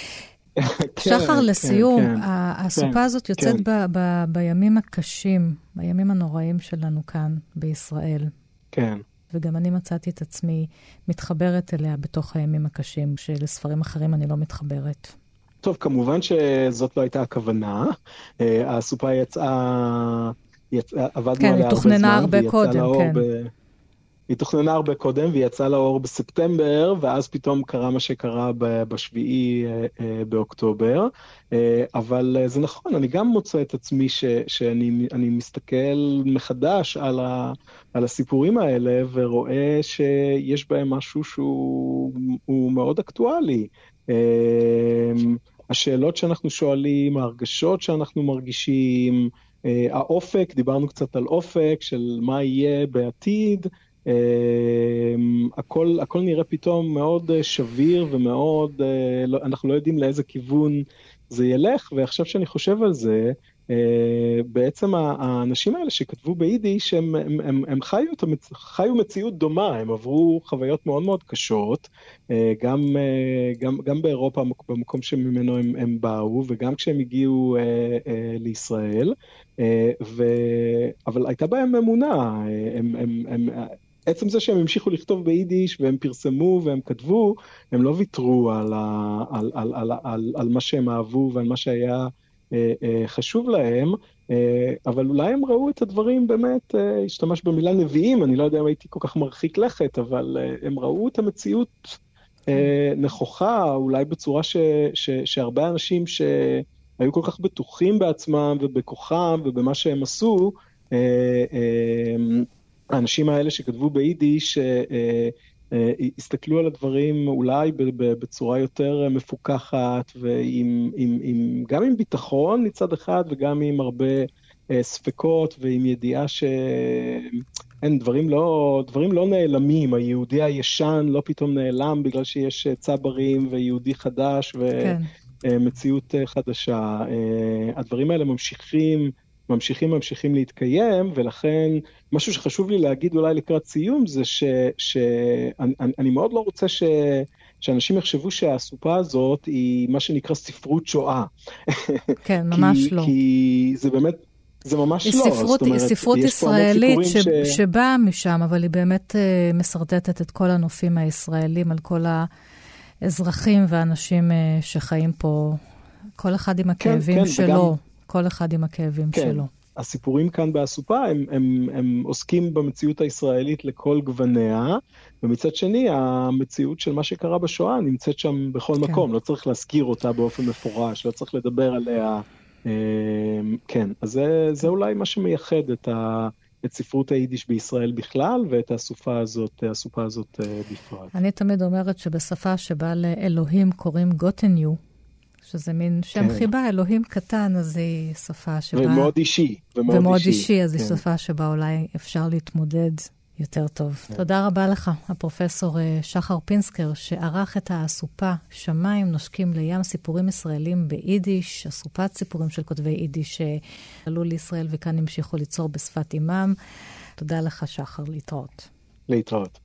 S2: שחר, לסיום, הסופה הזאת יוצאת בימים הקשים, בימים הנוראים שלנו כאן בישראל.
S3: כן.
S2: וגם אני מצאתי את עצמי מתחברת אליה בתוך הימים הקשים, שלספרים אחרים אני לא מתחברת.
S3: טוב, כמובן שזאת לא הייתה הכוונה. הסופה יצאה, עבדנו עליה הרבה זמן. כן, היא תוכננה הרבה קודם, כן. היא תוכננה הרבה קודם, והיא יצאה לאור בספטמבר, ואז פתאום קרה מה שקרה בשביעי באוקטובר. אבל זה נכון, אני גם מוצא את עצמי שאני מסתכל מחדש על הסיפורים האלה, ורואה שיש בהם משהו שהוא מאוד אקטואלי. השאלות שאנחנו שואלים, ההרגשות שאנחנו מרגישים, האופק, דיברנו קצת על אופק של מה יהיה בעתיד, הכל נראה פתאום מאוד שביר ומאוד, אנחנו לא יודעים לאיזה כיוון זה ילך, ועכשיו שאני חושב על זה, בעצם האנשים האלה שכתבו ביידיש, הם חיו מציאות דומה, הם עברו חוויות מאוד מאוד קשות, גם באירופה, במקום שממנו הם באו, וגם כשהם הגיעו לישראל, אבל הייתה בהם אמונה, עצם זה שהם המשיכו לכתוב ביידיש, והם פרסמו והם כתבו, הם לא ויתרו על מה שהם אהבו ועל מה שהיה חשוב להם, אבל אולי הם ראו את הדברים באמת, השתמש במילה נביאים, אני לא יודע אם הייתי כל כך מרחיק לכת, אבל הם ראו את המציאות נכוחה, אולי בצורה שהרבה אנשים שהיו כל כך בטוחים בעצמם ובכוחם ובמה שהם עשו, האנשים האלה שכתבו ביידיש הסתכלו על הדברים אולי בצורה יותר מפוקחת, גם עם ביטחון מצד אחד, וגם עם הרבה ספקות, ועם ידיעה דברים לא נעלמים. היהודי הישן לא פתאום נעלם בגלל שיש צברים ויהודי חדש ומציאות חדשה. הדברים האלה ממשיכים להתקיים, ולכן משהו שחשוב לי להגיד אולי לקראת סיום, זה שאני מאוד לא רוצה שאנשים יחשבו שהסופה הזאת היא מה שנקרא ספרות שואה.
S2: כן, ממש לא.
S3: כי זה באמת, זה ממש לא.
S2: היא ספרות ישראלית שבאה משם, אבל היא באמת מסרטטת את כל הנופים הישראלים, על כל האזרחים והאנשים שחיים פה, כל אחד עם הכאבים שלו. כל אחד עם הכאבים שלו.
S3: הסיפורים כאן באסופה, הם עוסקים במציאות הישראלית לכל גווניה, ומצד שני, המציאות של מה שקרה בשואה נמצאת שם בכל מקום, לא צריך להזכיר אותה באופן מפורש, לא צריך לדבר עליה. כן, אז זה אולי מה שמייחד את ספרות היידיש בישראל בכלל, ואת הסופה הזאת בפרט.
S2: אני תמיד אומרת שבשפה שבה לאלוהים קוראים גוטניו, שזה מין שם חיבה, אלוהים קטן, אז היא שפה שבה...
S3: ומאוד אישי.
S2: ומאוד אישי, אז היא שפה שבה אולי אפשר להתמודד יותר טוב. תודה רבה לך, הפרופסור שחר פינסקר, שערך את הסופה שמיים נושקים לים, סיפורים ישראלים ביידיש, הסופת סיפורים של כותבי יידיש שעלו לישראל וכאן המשיכו ליצור בשפת אימם. תודה לך, שחר, להתראות.
S3: להתראות.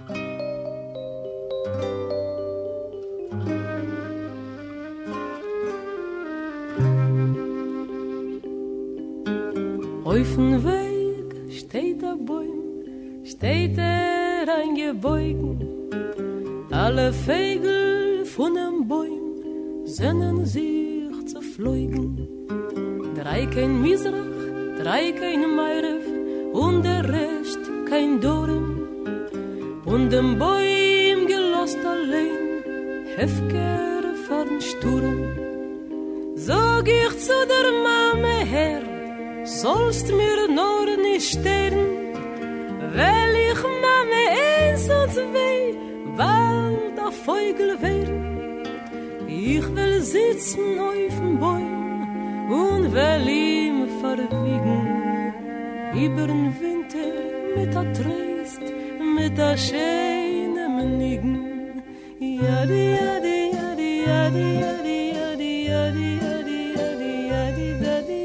S4: Auf dem Weg steht der Bäum, steht eingebogen. Alle Vögel von dem Bäum sehnen sich zu fliegen. Drei kein Misrach, drei kein Meirev und der Rest kein Dorem. Und dem Bäum gelost allein, Hefker von Sturm. Sag ich zu der Mame her, sollst mir nur nicht sterben, weil ich Mame eins und zwei, weil der Vögel werden. Ich will sitzen auf dem Baum und will ihm verwiegen, über den Winter mit der Trist, mit der schönen Nigen. Yadi, yadi, yadi, yadi, yadi, yadi, yadi, yadi, yadi, yadi, yadi,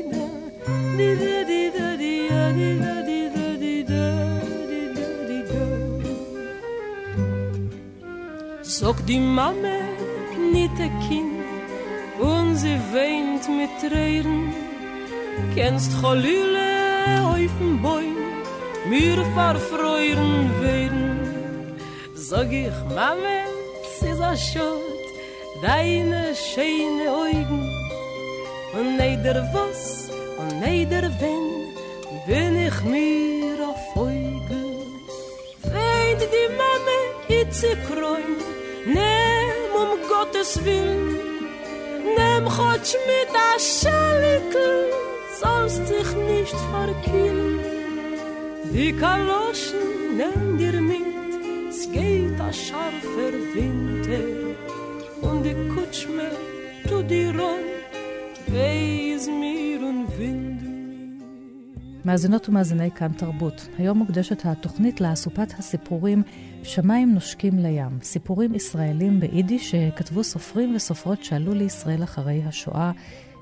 S4: Sog die Mame nicht ein Kind und sie weint mit Tränen. Kennst Cholüle auf dem Bäum, mir verfreuen werden. Sag ich, Mame, sie ist ein Schott, deine schöne Augen. Und neider was, und neider wenn, bin ich mir auf Vögel. Weint die Mame, itze Kräum, nehm Gottes Willen, nehm Gott mit a Schalikel, sollst dich nicht verkühlen. Die Kaloschen nehm dir mit, es geht a scharfer Winter, und die Kutschme tu dir ron, weiss mir und wind.
S2: מאזינות ומאזיני כאן תרבות. היום מוקדשת התוכנית לאסופת הסיפורים שמיים נושקים לים. סיפורים ישראלים ביידיש שכתבו סופרים וסופרות שעלו לישראל אחרי השואה.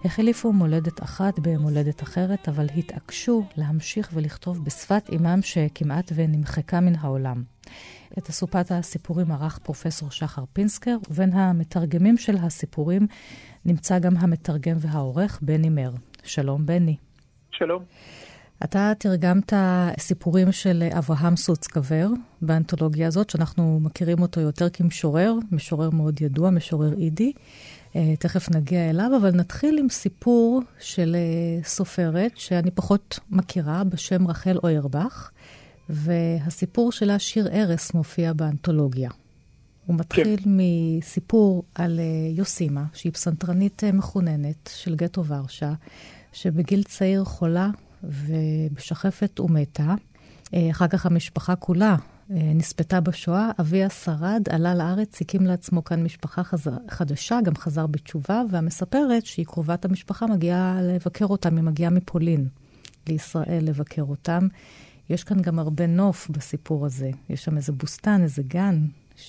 S2: החליפו מולדת אחת במולדת אחרת, אבל התעקשו להמשיך ולכתוב בשפת אימם שכמעט ונמחקה מן העולם. את אסופת הסיפורים ערך פרופסור שחר פינסקר, ובין המתרגמים של הסיפורים נמצא גם המתרגם והעורך בני מר. שלום בני.
S5: שלום.
S2: אתה תרגמת סיפורים של אברהם סוצקבר באנתולוגיה הזאת, שאנחנו מכירים אותו יותר כמשורר, משורר מאוד ידוע, משורר אידי. תכף נגיע אליו, אבל נתחיל עם סיפור של סופרת שאני פחות מכירה, בשם רחל אוירבך, והסיפור שלה שיר ערס מופיע באנתולוגיה. הוא מתחיל מסיפור על יוסימה, שהיא פסנתרנית מחוננת של גטו ורשה, שבגיל צעיר חולה ובשחפת ומתה. אחר כך המשפחה כולה נספתה בשואה, אביה שרד, עלה לארץ, הקים לעצמו כאן משפחה חדשה, גם חזר בתשובה, והמספרת שהיא קרובת המשפחה מגיעה לבקר אותם, היא מגיעה מפולין לישראל לבקר אותם. יש כאן גם הרבה נוף בסיפור הזה. יש שם איזה בוסטן, איזה גן,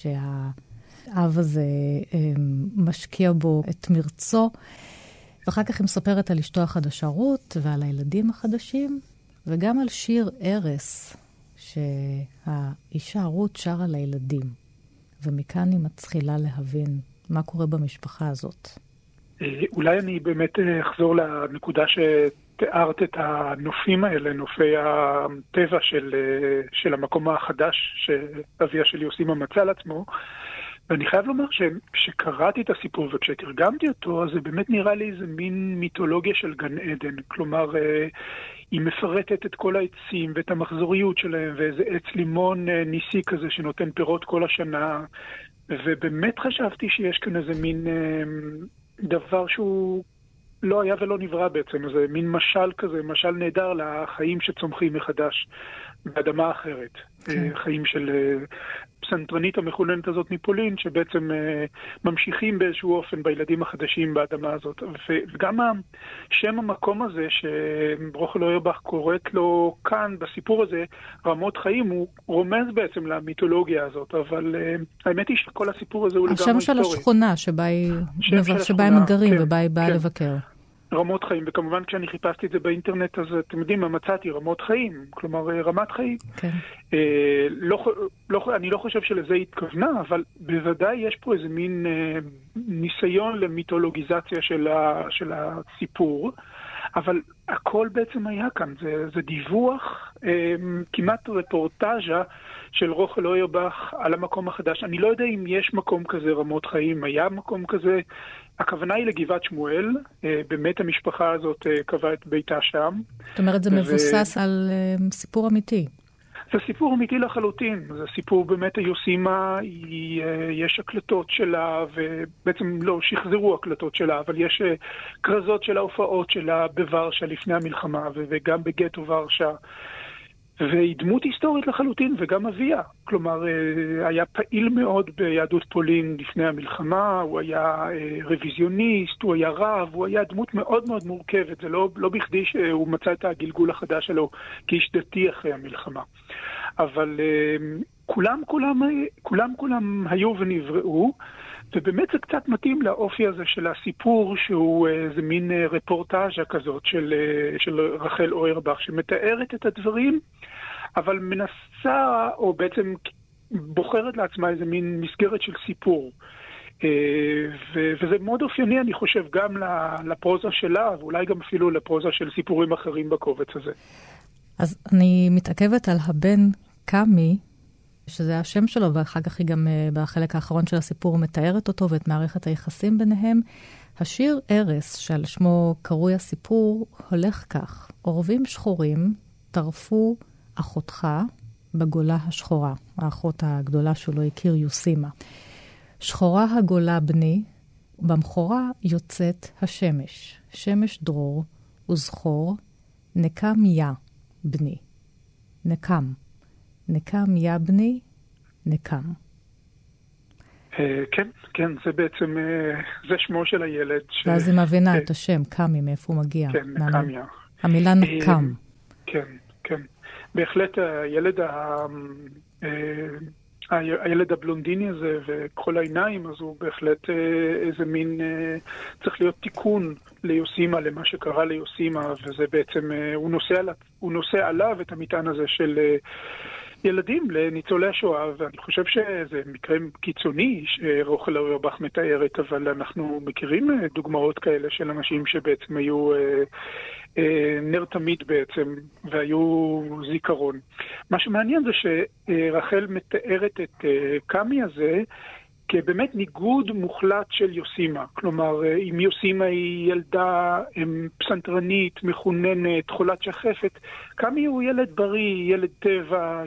S2: שהאב הזה משקיע בו את מרצו. ואחר כך היא מספרת על אשתו החדשה רות, ועל הילדים החדשים, וגם על שיר ערס, שהאישה רות שרה לילדים. ומכאן היא מתחילה להבין מה קורה במשפחה הזאת.
S5: אולי אני באמת אחזור לנקודה תיארת את הנופים האלה, נופי הטבע של המקום החדש שאביה של יוסימה מצא לעצמו, ואני חייב לומר שקראתי את הסיפור וכשתרגמתי אותו, אז זה באמת נראה לי איזה מין מיתולוגיה של גן עדן. כלומר, היא מפרטת את כל העצים ואת המחזוריות שלהם, ואיזה עץ לימון ניסי כזה שנותן פירות כל השנה, ובאמת חשבתי שיש כאן איזה מין דבר שהוא לא היה ולא נברא בעצם, איזה מין משל כזה, משל נהדר לחיים שצומחים מחדש באדמה אחרת. חיים של פסנתרנית המכוננת הזאת מפולין, שבעצם ממשיכים באיזשהו אופן בילדים החדשים באדמה הזאת. וגם שם המקום הזה, שרחל אוירבך קוראת לו כאן, בסיפור הזה, רמות חיים, הוא רומז בעצם למיתולוגיה הזאת, אבל האמת היא שכל הסיפור הזה הוא לגמרי היסטורי.
S2: השם של השכונה שבה הם גרים ובה היא באה לבקר.
S5: רמות חיים, וכמובן כשאני חיפשתי את זה באינטרנט, אז אתם יודעים מה מצאתי, רמות חיים, כלומר רמת חיים. כן. אני לא חושב שלזה התכוונה, אבל בוודאי יש פה איזה מין ניסיון למיתולוגיזציה של הסיפור, אבל הכל בעצם היה כאן, זה דיווח, כמעט רפורטאז'ה של רחל אוירבך על המקום החדש. אני לא יודע אם יש מקום כזה רמות חיים, היה מקום כזה, הכוונה היא לגבעת שמואל, באמת המשפחה הזאת קבעה את ביתה שם. זאת אומרת, זה
S2: מבוסס על סיפור אמיתי.
S5: זה סיפור אמיתי לחלוטין, זה סיפור באמת יוסימה, יש הקלטות שלה, ובעצם לא שחזרו הקלטות שלה, אבל יש קרזות של ההופעות שלה בוורשה לפני המלחמה, וגם בגטו ורשה, והיא דמות היסטורית לחלוטין, וגם אביה. כלומר, היה פעיל מאוד ביהדות פולין לפני המלחמה, הוא היה רוויזיוניסט, הוא היה רב, הוא היה דמות מאוד מאוד מורכבת. זה לא בכדי שהוא מצא את הגלגול החדש שלו כאיש דתי אחרי המלחמה. אבל כולם היו ונבראו, ובאמת זה קצת מתאים לאופי הזה של הסיפור, שהוא איזה מין רפורטאז'ה כזאת של רחל אוירבך, שמתארת את הדברים, אבל מנסה, או בעצם בוחרת לעצמה איזה מין מסגרת של סיפור. וזה מאוד אופייני, אני חושב, גם לפרוזה שלה, ואולי גם אפילו לפרוזה של סיפורים אחרים בקובץ הזה.
S2: אז אני מתעכבת על הבן קאמי, שזה השם שלו, ואחר כך היא גם בחלק האחרון של הסיפור מתארת אותו ואת מערכת היחסים ביניהם. השיר ערס, שעל שמו קרוי הסיפור, הולך כך: עורבים שחורים טרפו אחותך בגולה השחורה, האחות הגדולה שלו הכיר יוסימה. שחורה הגולה בני, במחורה יוצאת השמש, שמש דרור וזכור, נקם יה בני, נקם. נקם יא בני, נקם.
S5: כן, זה בעצם, זה שמו של הילד.
S2: ואז היא מבינה את השם, קמי, מאיפה הוא מגיע.
S5: כן, נקם יא.
S2: המילה נקם.
S5: כן. בהחלט הילד הילד הבלונדיני הזה וכל העיניים, אז הוא בהחלט איזה מין, צריך להיות תיקון ליוסימה, למה שקרה ליוסימה, וזה בעצם, הוא נושא עליו את המטען הזה של ילדים לניצולי השואה, ואני חושב שזה מקרה קיצוני שרוחל אוירבך מתארת, אבל אנחנו מכירים דוגמאות כאלה של אנשים שבעצם היו נר תמיד בעצם, והיו זיכרון. מה שמעניין זה שרחל מתארת את קאמי הזה כבאמת ניגוד מוחלט של יוסימה. כלומר, אם יוסימה היא ילדה פסנתרנית, מחוננת, חולת שחפת, קאמי הוא ילד בריא, ילד טבע,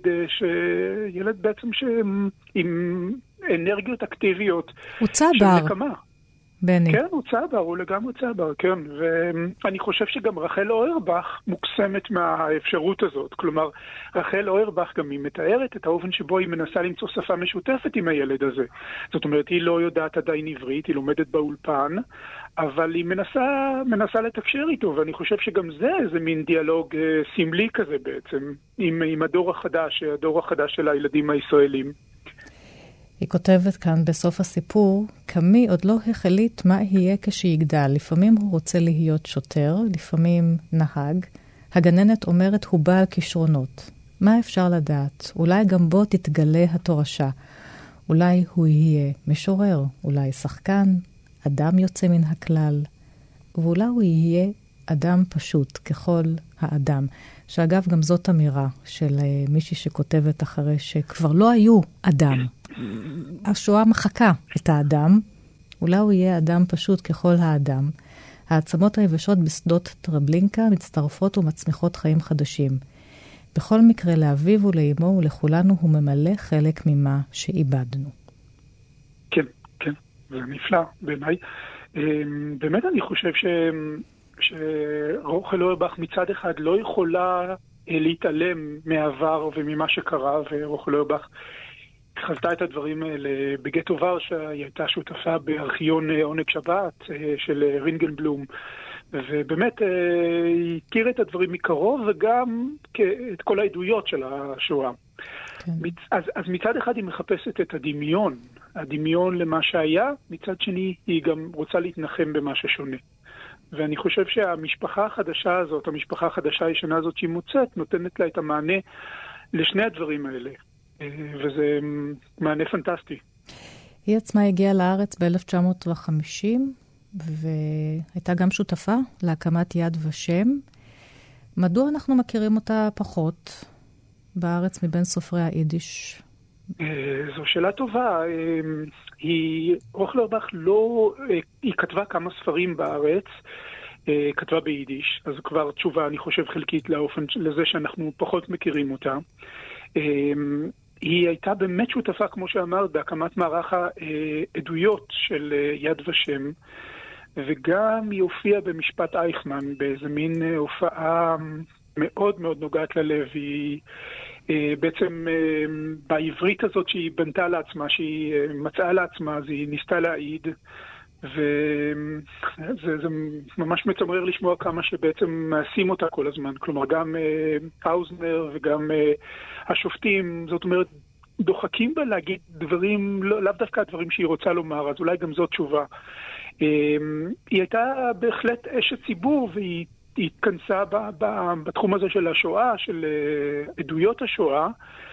S5: ילד בעצם עם אנרגיות אקטיביות.
S2: הוא צבר. בני.
S5: כן, הוא צבר, הוא לגמרי צבר, כן. ואני חושב שגם רחל אוירבך מוקסמת מהאפשרות הזאת. כלומר, רחל אוירבך גם היא מתארת את האופן שבו היא מנסה למצוא שפה משותפת עם הילד הזה. זאת אומרת, היא לא יודעת עדיין עברית, היא לומדת באולפן, אבל היא מנסה לתקשר איתו, ואני חושב שגם זה מין דיאלוג סמלי כזה בעצם, עם הדור החדש של הילדים הישראלים.
S2: היא כותבת כאן בסוף הסיפור, קאמי עוד לא החליט מה יהיה כשיגדל. לפעמים הוא רוצה להיות שוטר, לפעמים נהג. הגננת אומרת הוא בעל כישרונות. מה אפשר לדעת? אולי גם בו תתגלה התורשה. אולי הוא יהיה משורר, אולי שחקן, אדם יוצא מן הכלל. ואולי הוא יהיה אדם פשוט ככל האדם. שאגב, גם זאת אמירה של מישהי שכותבת אחרי שכבר לא היו אדם. השואה מחכה את האדם, אולי הוא יהיה אדם פשוט ככל האדם. העצמות היבשות בשדות טרבלינקה מצטרפות ומצמיחות חיים חדשים. בכל מקרה לאביו ולאמו ולכולנו הוא ממלא חלק ממה שאיבדנו.
S5: כן, כן, זה נפלא בעיניי. באמת אני חושב שרוחל אוירבך מצד אחד לא יכולה להתעלם מהעבר וממה שקרה, ורוחל אוירבך חזתה את הדברים האלה בגטו ורשה, היא הייתה שותפה בארכיון עונג שבת של רינגלבלום, ובאמת היא הכירה את הדברים מקרוב וגם את כל העדויות של השואה. כן. אז מצד אחד היא מחפשת את הדמיון למה שהיה, מצד שני היא גם רוצה להתנחם במה ששונה. ואני חושב שהמשפחה החדשה הזאת, המשפחה החדשה הישנה הזאת שהיא מוצאת, נותנת לה את המענה לשני הדברים האלה. וזה מענה פנטסטי.
S2: היא עצמה הגיעה לארץ ב-1950, והייתה גם שותפה להקמת יד ושם. מדוע אנחנו מכירים אותה פחות בארץ מבין סופרי היידיש?
S5: זו שאלה טובה. רוחל אוירבך היא כתבה כמה ספרים בארץ, כתבה ביידיש, אז כבר תשובה, אני חושב, חלקית לזה שאנחנו פחות מכירים אותה. היא הייתה באמת שותפה, כמו שאמרת, בהקמת מערך העדויות של יד ושם, וגם היא הופיעה במשפט אייכמן, באיזה מין הופעה מאוד מאוד נוגעת ללב. היא בעצם בעברית הזאת שהיא בנתה לעצמה, שהיא מצאה לעצמה, אז היא ניסתה להעיד, וזה ממש מצמרר לשמוע כמה שבעצם מעשים אותה כל הזמן. כלומר, גם האוזנר וגם השופטים, זאת אומרת, דוחקים בה להגיד דברים, לאו דווקא הדברים שהיא רוצה לומר, אז אולי גם זאת תשובה. היא הייתה בהחלט אשת ציבור, והיא התכנסה בתחום הזה של השואה, של עדויות השואה,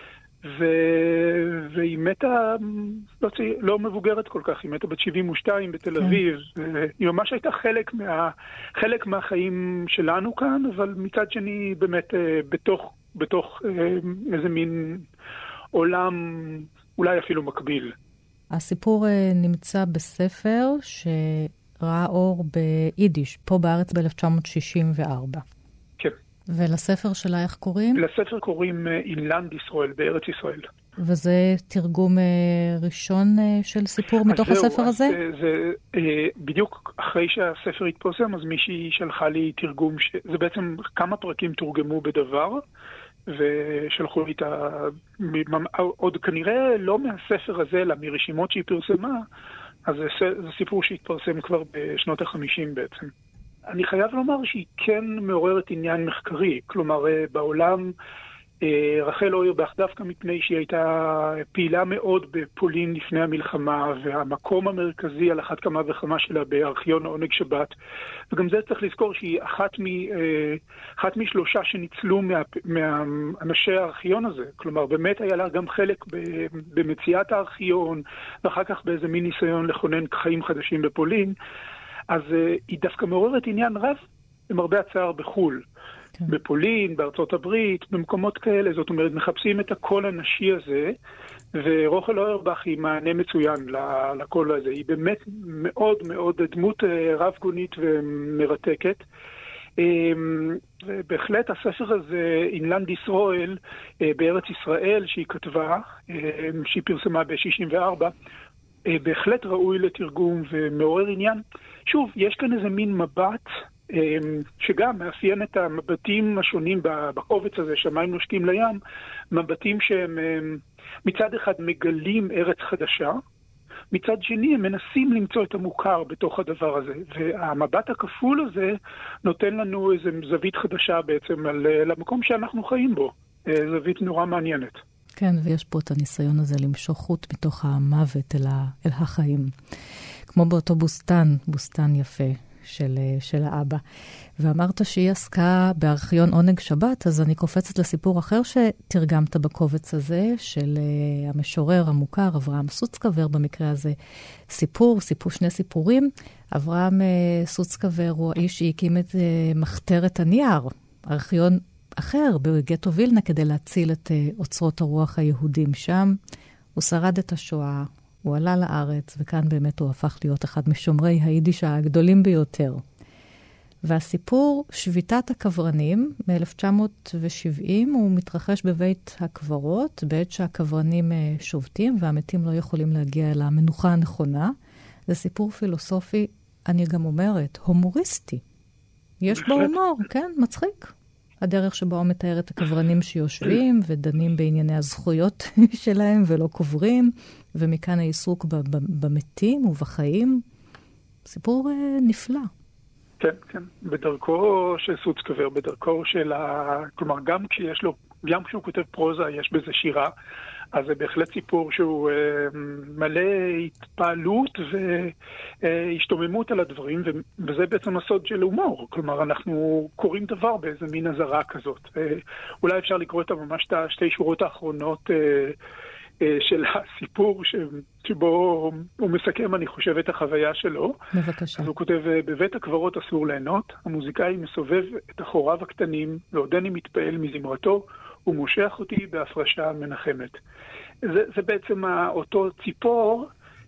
S5: והיא מתה לא מבוגרת כל כך, היא מתה בת 72 בתל אביב. היא ממש הייתה חלק מהחיים שלנו כאן, אבל מצד שני באמת בתוך איזה מין עולם אולי אפילו מקביל.
S2: הסיפור נמצא בספר שראה אור ביידיש, פה בארץ ב-1964.
S5: כן.
S2: ולספר שלה איך קוראים?
S5: לספר קוראים אינלנד ישראל, בארץ ישראל.
S2: וזה תרגום ראשון של סיפור מתוך הספר הזה?
S5: זה בדיוק אחרי שהספר התפרסם, אז מישהי שלחה לי תרגום, זה בעצם כמה פרקים תורגמו בדבר, ושלחו לי עוד כנראה לא מהספר הזה, אלא מרשימות שהיא פרסמה, אז זה סיפור שהתפרסם כבר בשנות ה-50 בעצם. אני חייב לומר שהיא כן מעוררת עניין מחקרי, כלומר בעולם רחל אוירבך, דווקא מפני שהיא הייתה פעילה מאוד בפולין לפני המלחמה, והמקום המרכזי על אחת כמה וכמה שלה בארכיון עונג שבת. וגם זה צריך לזכור שהיא אחת משלושה שניצלו מאנשי הארכיון הזה. כלומר, באמת היה לה גם חלק במציאת הארכיון, ואחר כך באיזה מין ניסיון לכונן חיים חדשים בפולין. אז היא דווקא מעוררת עניין רב, למרבה הצער בחול. כן. בפולין, בארצות הברית, במקומות כאלה, זאת אומרת, מחפשים את הקול הנשי הזה, ורחל אוירבך היא מענה מצוין לקול הזה. היא באמת מאוד מאוד דמות רב-גונית ומרתקת. ובהחלט הספר הזה, אינלנד ישראל, בארץ ישראל, שהיא כתבה, שהיא פרסמה ב-64, בהחלט ראוי לתרגום ומעורר עניין. שוב, יש כאן איזה מין מבט, שגם מאפיין את המבטים השונים בקובץ הזה, שמיים נושקים לים, מבטים שהם מצד אחד מגלים ארץ חדשה, מצד שני הם מנסים למצוא את המוכר בתוך הדבר הזה, והמבט הכפול הזה נותן לנו איזו זווית חדשה בעצם על המקום שאנחנו חיים בו, זווית נורא מעניינת.
S2: כן, ויש פה את הניסיון הזה למשוך חוט מתוך המוות אל החיים. כמו באותו בוסתן יפה של האבא. ואמרת שהיא עסקה בארכיון עונג שבת, אז אני קופצת לסיפור אחר שתרגמת בקובץ הזה, של המשורר המוכר, אברהם סוצקבר, במקרה הזה שני סיפורים. אברהם סוצקבר הוא האיש שהקים את מחתרת הנייר, ארכיון אחר בגטו וילנה, כדי להציל את אוצרות הרוח היהודים שם. הוא שרד את השואה, הוא עלה לארץ, וכאן באמת הוא הפך להיות אחד משומרי היידיש הגדולים ביותר. והסיפור שביתת הקברנים מ-1970 הוא מתרחש בבית הקברות, בעת שהקברנים שובתים והמתים לא יכולים להגיע אל המנוחה הנכונה. זה סיפור פילוסופי, אני גם אומרת, הומוריסטי. יש בו הומור, כן, מצחיק. הדרך שבה הוא מתאר את הקברנים שיושבים ודנים בענייני הזכויות שלהם ולא קוברים, ומכאן העיסוק במתים ובחיים. סיפור נפלא.
S5: כן, כן. בדרכו של סוצקבר, בדרכו של כלומר, גם כשהוא כותב פרוזה, יש בזה שירה, אז זה בהחלט סיפור שהוא מלא התפעלות והשתוממות על הדברים, וזה בעצם הסוד של הומור. כלומר, אנחנו קוראים דבר באיזה מין הזרה כזאת. אולי אפשר לקרוא את ממש את השתי שורות האחרונות של הסיפור שבו הוא מסכם, אני חושב, את החוויה שלו.
S2: בבקשה.
S5: אז הוא כותב, בבית הקברות אסור ליהנות, המוזיקאי מסובב את אחוריו הקטנים, ועודני מתפעל מזמרתו, הוא מושך אותי בהפרשה מנחמת. זה בעצם אותו ציפור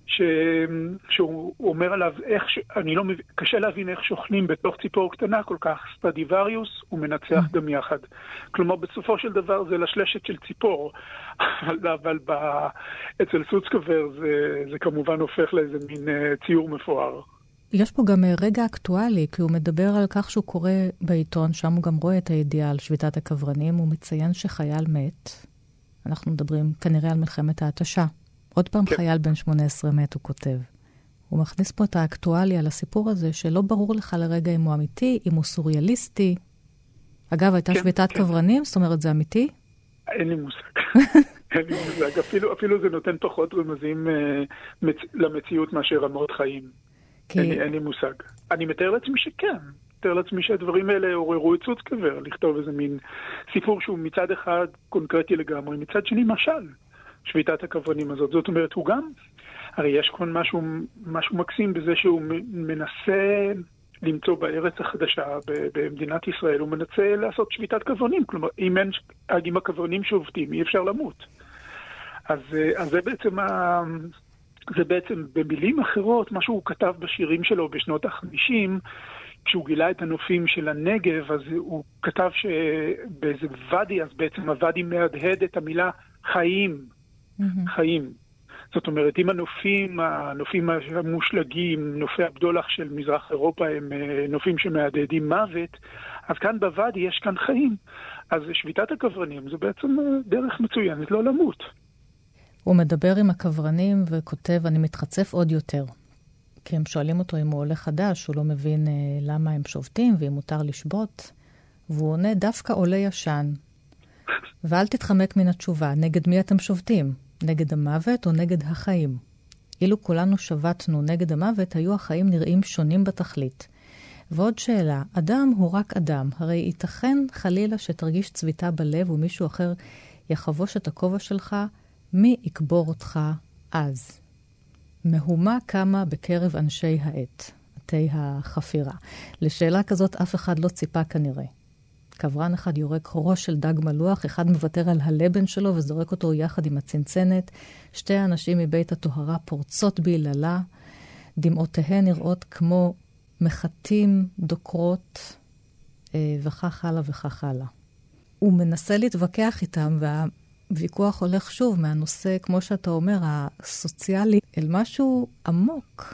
S5: שהוא אומר עליו, קשה להבין איך שוכנים בתוך ציפור קטנה כל כך, סטדיווריוס ומנצח גם יחד. כלומר, בסופו של דבר זה לשלשת של ציפור, אבל אצל סוצקבר זה כמובן הופך לאיזה מין ציור מפואר.
S2: יש פה גם רגע אקטואלי, כי הוא מדבר על כך שהוא קורא בעיתון, שם הוא גם רואה את הידיעה על שביתת הקברנים, הוא מציין שחייל מת, אנחנו מדברים כנראה על מלחמת ההתשה, עוד פעם כן. חייל בן 18 מת, הוא כותב. הוא מכניס פה את האקטואליה לסיפור הזה, שלא ברור לך לרגע אם הוא אמיתי, אם הוא סוריאליסטי. אגב, הייתה כן, שביתת כן. קברנים, זאת אומרת, זה אמיתי?
S5: אין לי מושג. אין לי מושג. אפילו זה נותן פחות רמזים למציאות מאשר רמות חיים. אין לי מושג. אני מתאר לעצמי שכן. מתאר לעצמי שהדברים האלה עוררו את סוצקבר, לכתוב איזה מין סיפור שהוא מצד אחד קונקרטי לגמרי, מצד שני משל. שביתת הקברנים הזאת. זאת אומרת, הוא גם, הרי יש כאן משהו מקסים בזה שהוא מנסה למצוא בארץ החדשה, במדינת ישראל, הוא מנסה לעשות שביתת קברנים. כלומר, אם הקברנים שובתים, אי אפשר למות. אז זה בעצם במילים אחרות, מה שהוא כתב בשירים שלו בשנות ה-50, כשהוא גילה את הנופים של הנגב, אז הוא כתב שבאיזה ודי, אז בעצם הוואדי מהדהד את המילה חיים. חיים. זאת אומרת, אם הנופים המושלגים, נופי הבדולח של מזרח אירופה, הם נופים שמהדהדים מוות, אז כאן בוואדי יש כאן חיים. אז שביתת הקברנים זה בעצם דרך מצוינת לא למות.
S2: הוא מדבר עם הקברנים וכותב, אני מתחצף עוד יותר. כי הם שואלים אותו אם הוא עולה חדש, הוא לא מבין למה הם שובתים ואם מותר לשבות. והוא עונה, דווקא עולה ישן. ואל תתחמק מן התשובה. נגד מי אתם שובתים? נגד המוות או נגד החיים? אילו כולנו שבתנו נגד המוות, היו החיים נראים שונים בתכלית. ועוד שאלה, אדם הוא רק אדם. הרי ייתכן חלילה שתרגיש צביטה בלב ומישהו אחר יחבוש את הכובע שלך, מי יקבור אותך אז? מהומה קמה בקרב אנשי העת, עתי החפירה. לשאלה כזאת אף אחד לא ציפה כנראה. קברן אחד יורק ראש של דג מלוח, אחד מוותר על הלבן שלו וזורק אותו יחד עם הצנצנת. שתי האנשים מבית הטהרה פורצות בהיללה, דמעותיהן נראות כמו מחטים, דוקרות, וכך הלאה וכך הלאה. הוא מנסה להתווכח איתם, והוויכוח הולך שוב מהנושא, כמו שאתה אומר, הסוציאלי, אל משהו עמוק,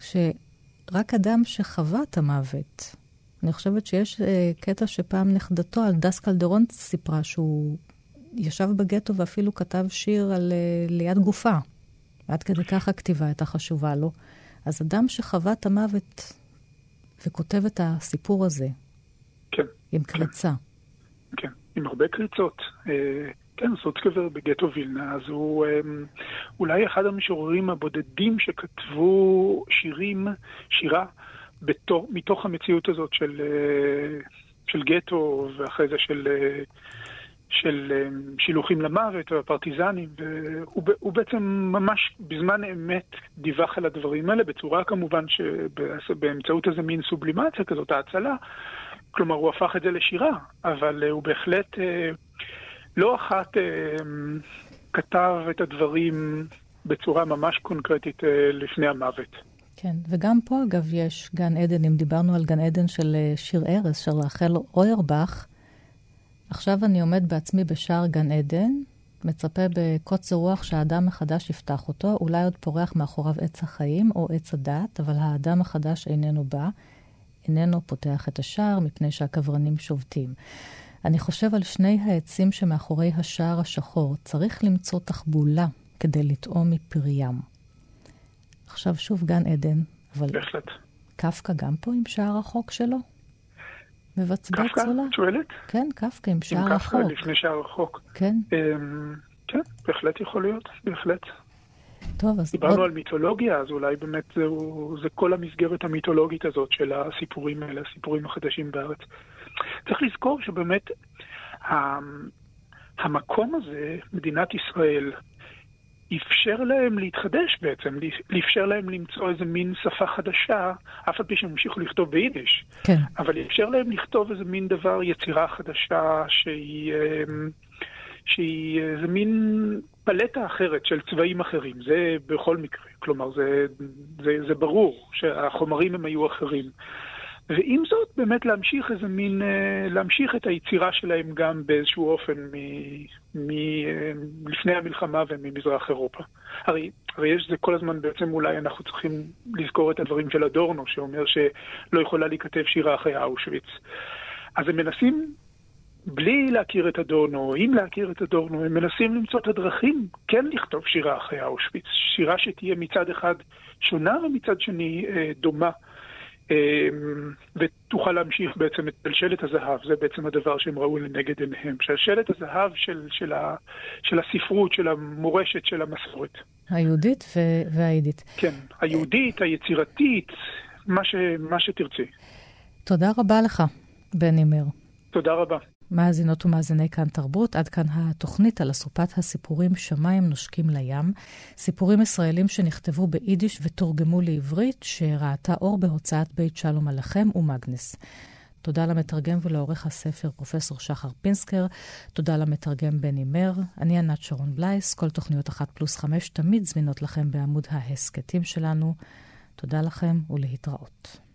S2: שרק אדם שחווה את המוות. אני חושבת שיש קטע שפעם נכדתו על דס קלדרון סיפרה שהוא ישב בגטו ואפילו כתב שיר על ליד גופה. עד כדי כך הכתיבה הייתה חשובה לו. אז אדם שחווה את המוות וכותב את הסיפור הזה.
S5: כן.
S2: עם קריצה.
S5: כן, עם הרבה קריצות. כן, סוצקבר בגטו וילנה, אז הוא אולי אחד המשוררים הבודדים שכתבו שירה, מתוך המציאות הזאת של גטו, ואחרי זה של שילוחים למוות והפרטיזנים, והוא בעצם ממש בזמן אמת דיווח על הדברים האלה, בצורה כמובן שבאמצעות איזה מין סובלימציה כזאת, ההצלה, כלומר הוא הפך את זה לשירה, אבל הוא בהחלט לא אחת כתב את הדברים בצורה ממש קונקרטית לפני המוות.
S2: כן, וגם פה אגב יש גן עדן, אם דיברנו על גן עדן של שיר ארס, של רחל אוירבך, עכשיו אני עומד בעצמי בשער גן עדן, מצפה בקוצר רוח שהאדם החדש יפתח אותו, אולי עוד פורח מאחוריו עץ החיים או עץ הדת, אבל האדם החדש איננו בא, איננו פותח את השער מפני שהקברנים שובתים. אני חושב על שני העצים שמאחורי השער השחור, צריך למצוא תחבולה כדי לטעום מפריים. עכשיו שוב גן עדן, אבל
S5: בהחלט.
S2: קפקא גם פה עם שער החוק שלו? מבצבץ אולי?
S5: קפקא, שואלת?
S2: כן, קפקא עם שער החוק.
S5: עם קפקא לפני שער החוק.
S2: כן?
S5: כן, בהחלט יכול להיות, בהחלט.
S2: טוב, אז...
S5: דיברנו על מיתולוגיה, אז אולי באמת זה כל המסגרת המיתולוגית הזאת של הסיפורים האלה, הסיפורים החדשים בארץ. צריך לזכור שבאמת המקום הזה, מדינת ישראל, אפשר להם להתחדש בעצם, אפשר להם למצוא איזה מין שפה חדשה, אף על פי שהם המשיכו לכתוב ביידיש.
S2: כן.
S5: אבל אפשר להם לכתוב איזה מין דבר, יצירה חדשה, שהיא איזה מין פלטה אחרת של צבעים אחרים. זה בכל מקרה. כלומר, זה ברור שהחומרים הם היו אחרים. ועם זאת, באמת להמשיך את היצירה שלהם גם באיזשהו אופן לפני המלחמה וממזרח אירופה. הרי זה כל הזמן בעצם אולי אנחנו צריכים לזכור את הדברים של אדורנו, שאומר שלא יכולה להיכתב שירה אחרי אושוויץ. אז הם מנסים, בלי להכיר את אדורנו, אם להכיר את אדורנו, הם מנסים למצוא את הדרכים כן לכתוב שירה אחרי אושוויץ. שירה שתהיה מצד אחד שונה ומצד שני דומה. ותוכל להמשיך בעצם את שלשלת הזהב, זה בעצם הדבר שהם ראו לנגד עיניהם, שלשלת הזהב של הספרות, של המורשת, של המסורת.
S2: היהודית והיידית.
S5: כן, היהודית, היצירתית, מה שתרצי.
S2: תודה רבה לך, בני מר.
S5: תודה רבה.
S2: מאזינות ומאזיני כאן תרבות, עד כאן התוכנית על אסופת הסיפורים שמיים נושקים לים, סיפורים ישראלים שנכתבו ביידיש ותורגמו לעברית, שראתה אור בהוצאת בית שלום עליכם ומגנס. תודה למתרגם ולעורך הספר פרופסור שחר פינסקר, תודה למתרגם בני מר, אני ענת שרון בלייס, כל תוכניות 1+5 תמיד זמינות לכם בעמוד ההסקטים שלנו. תודה לכם ולהתראות.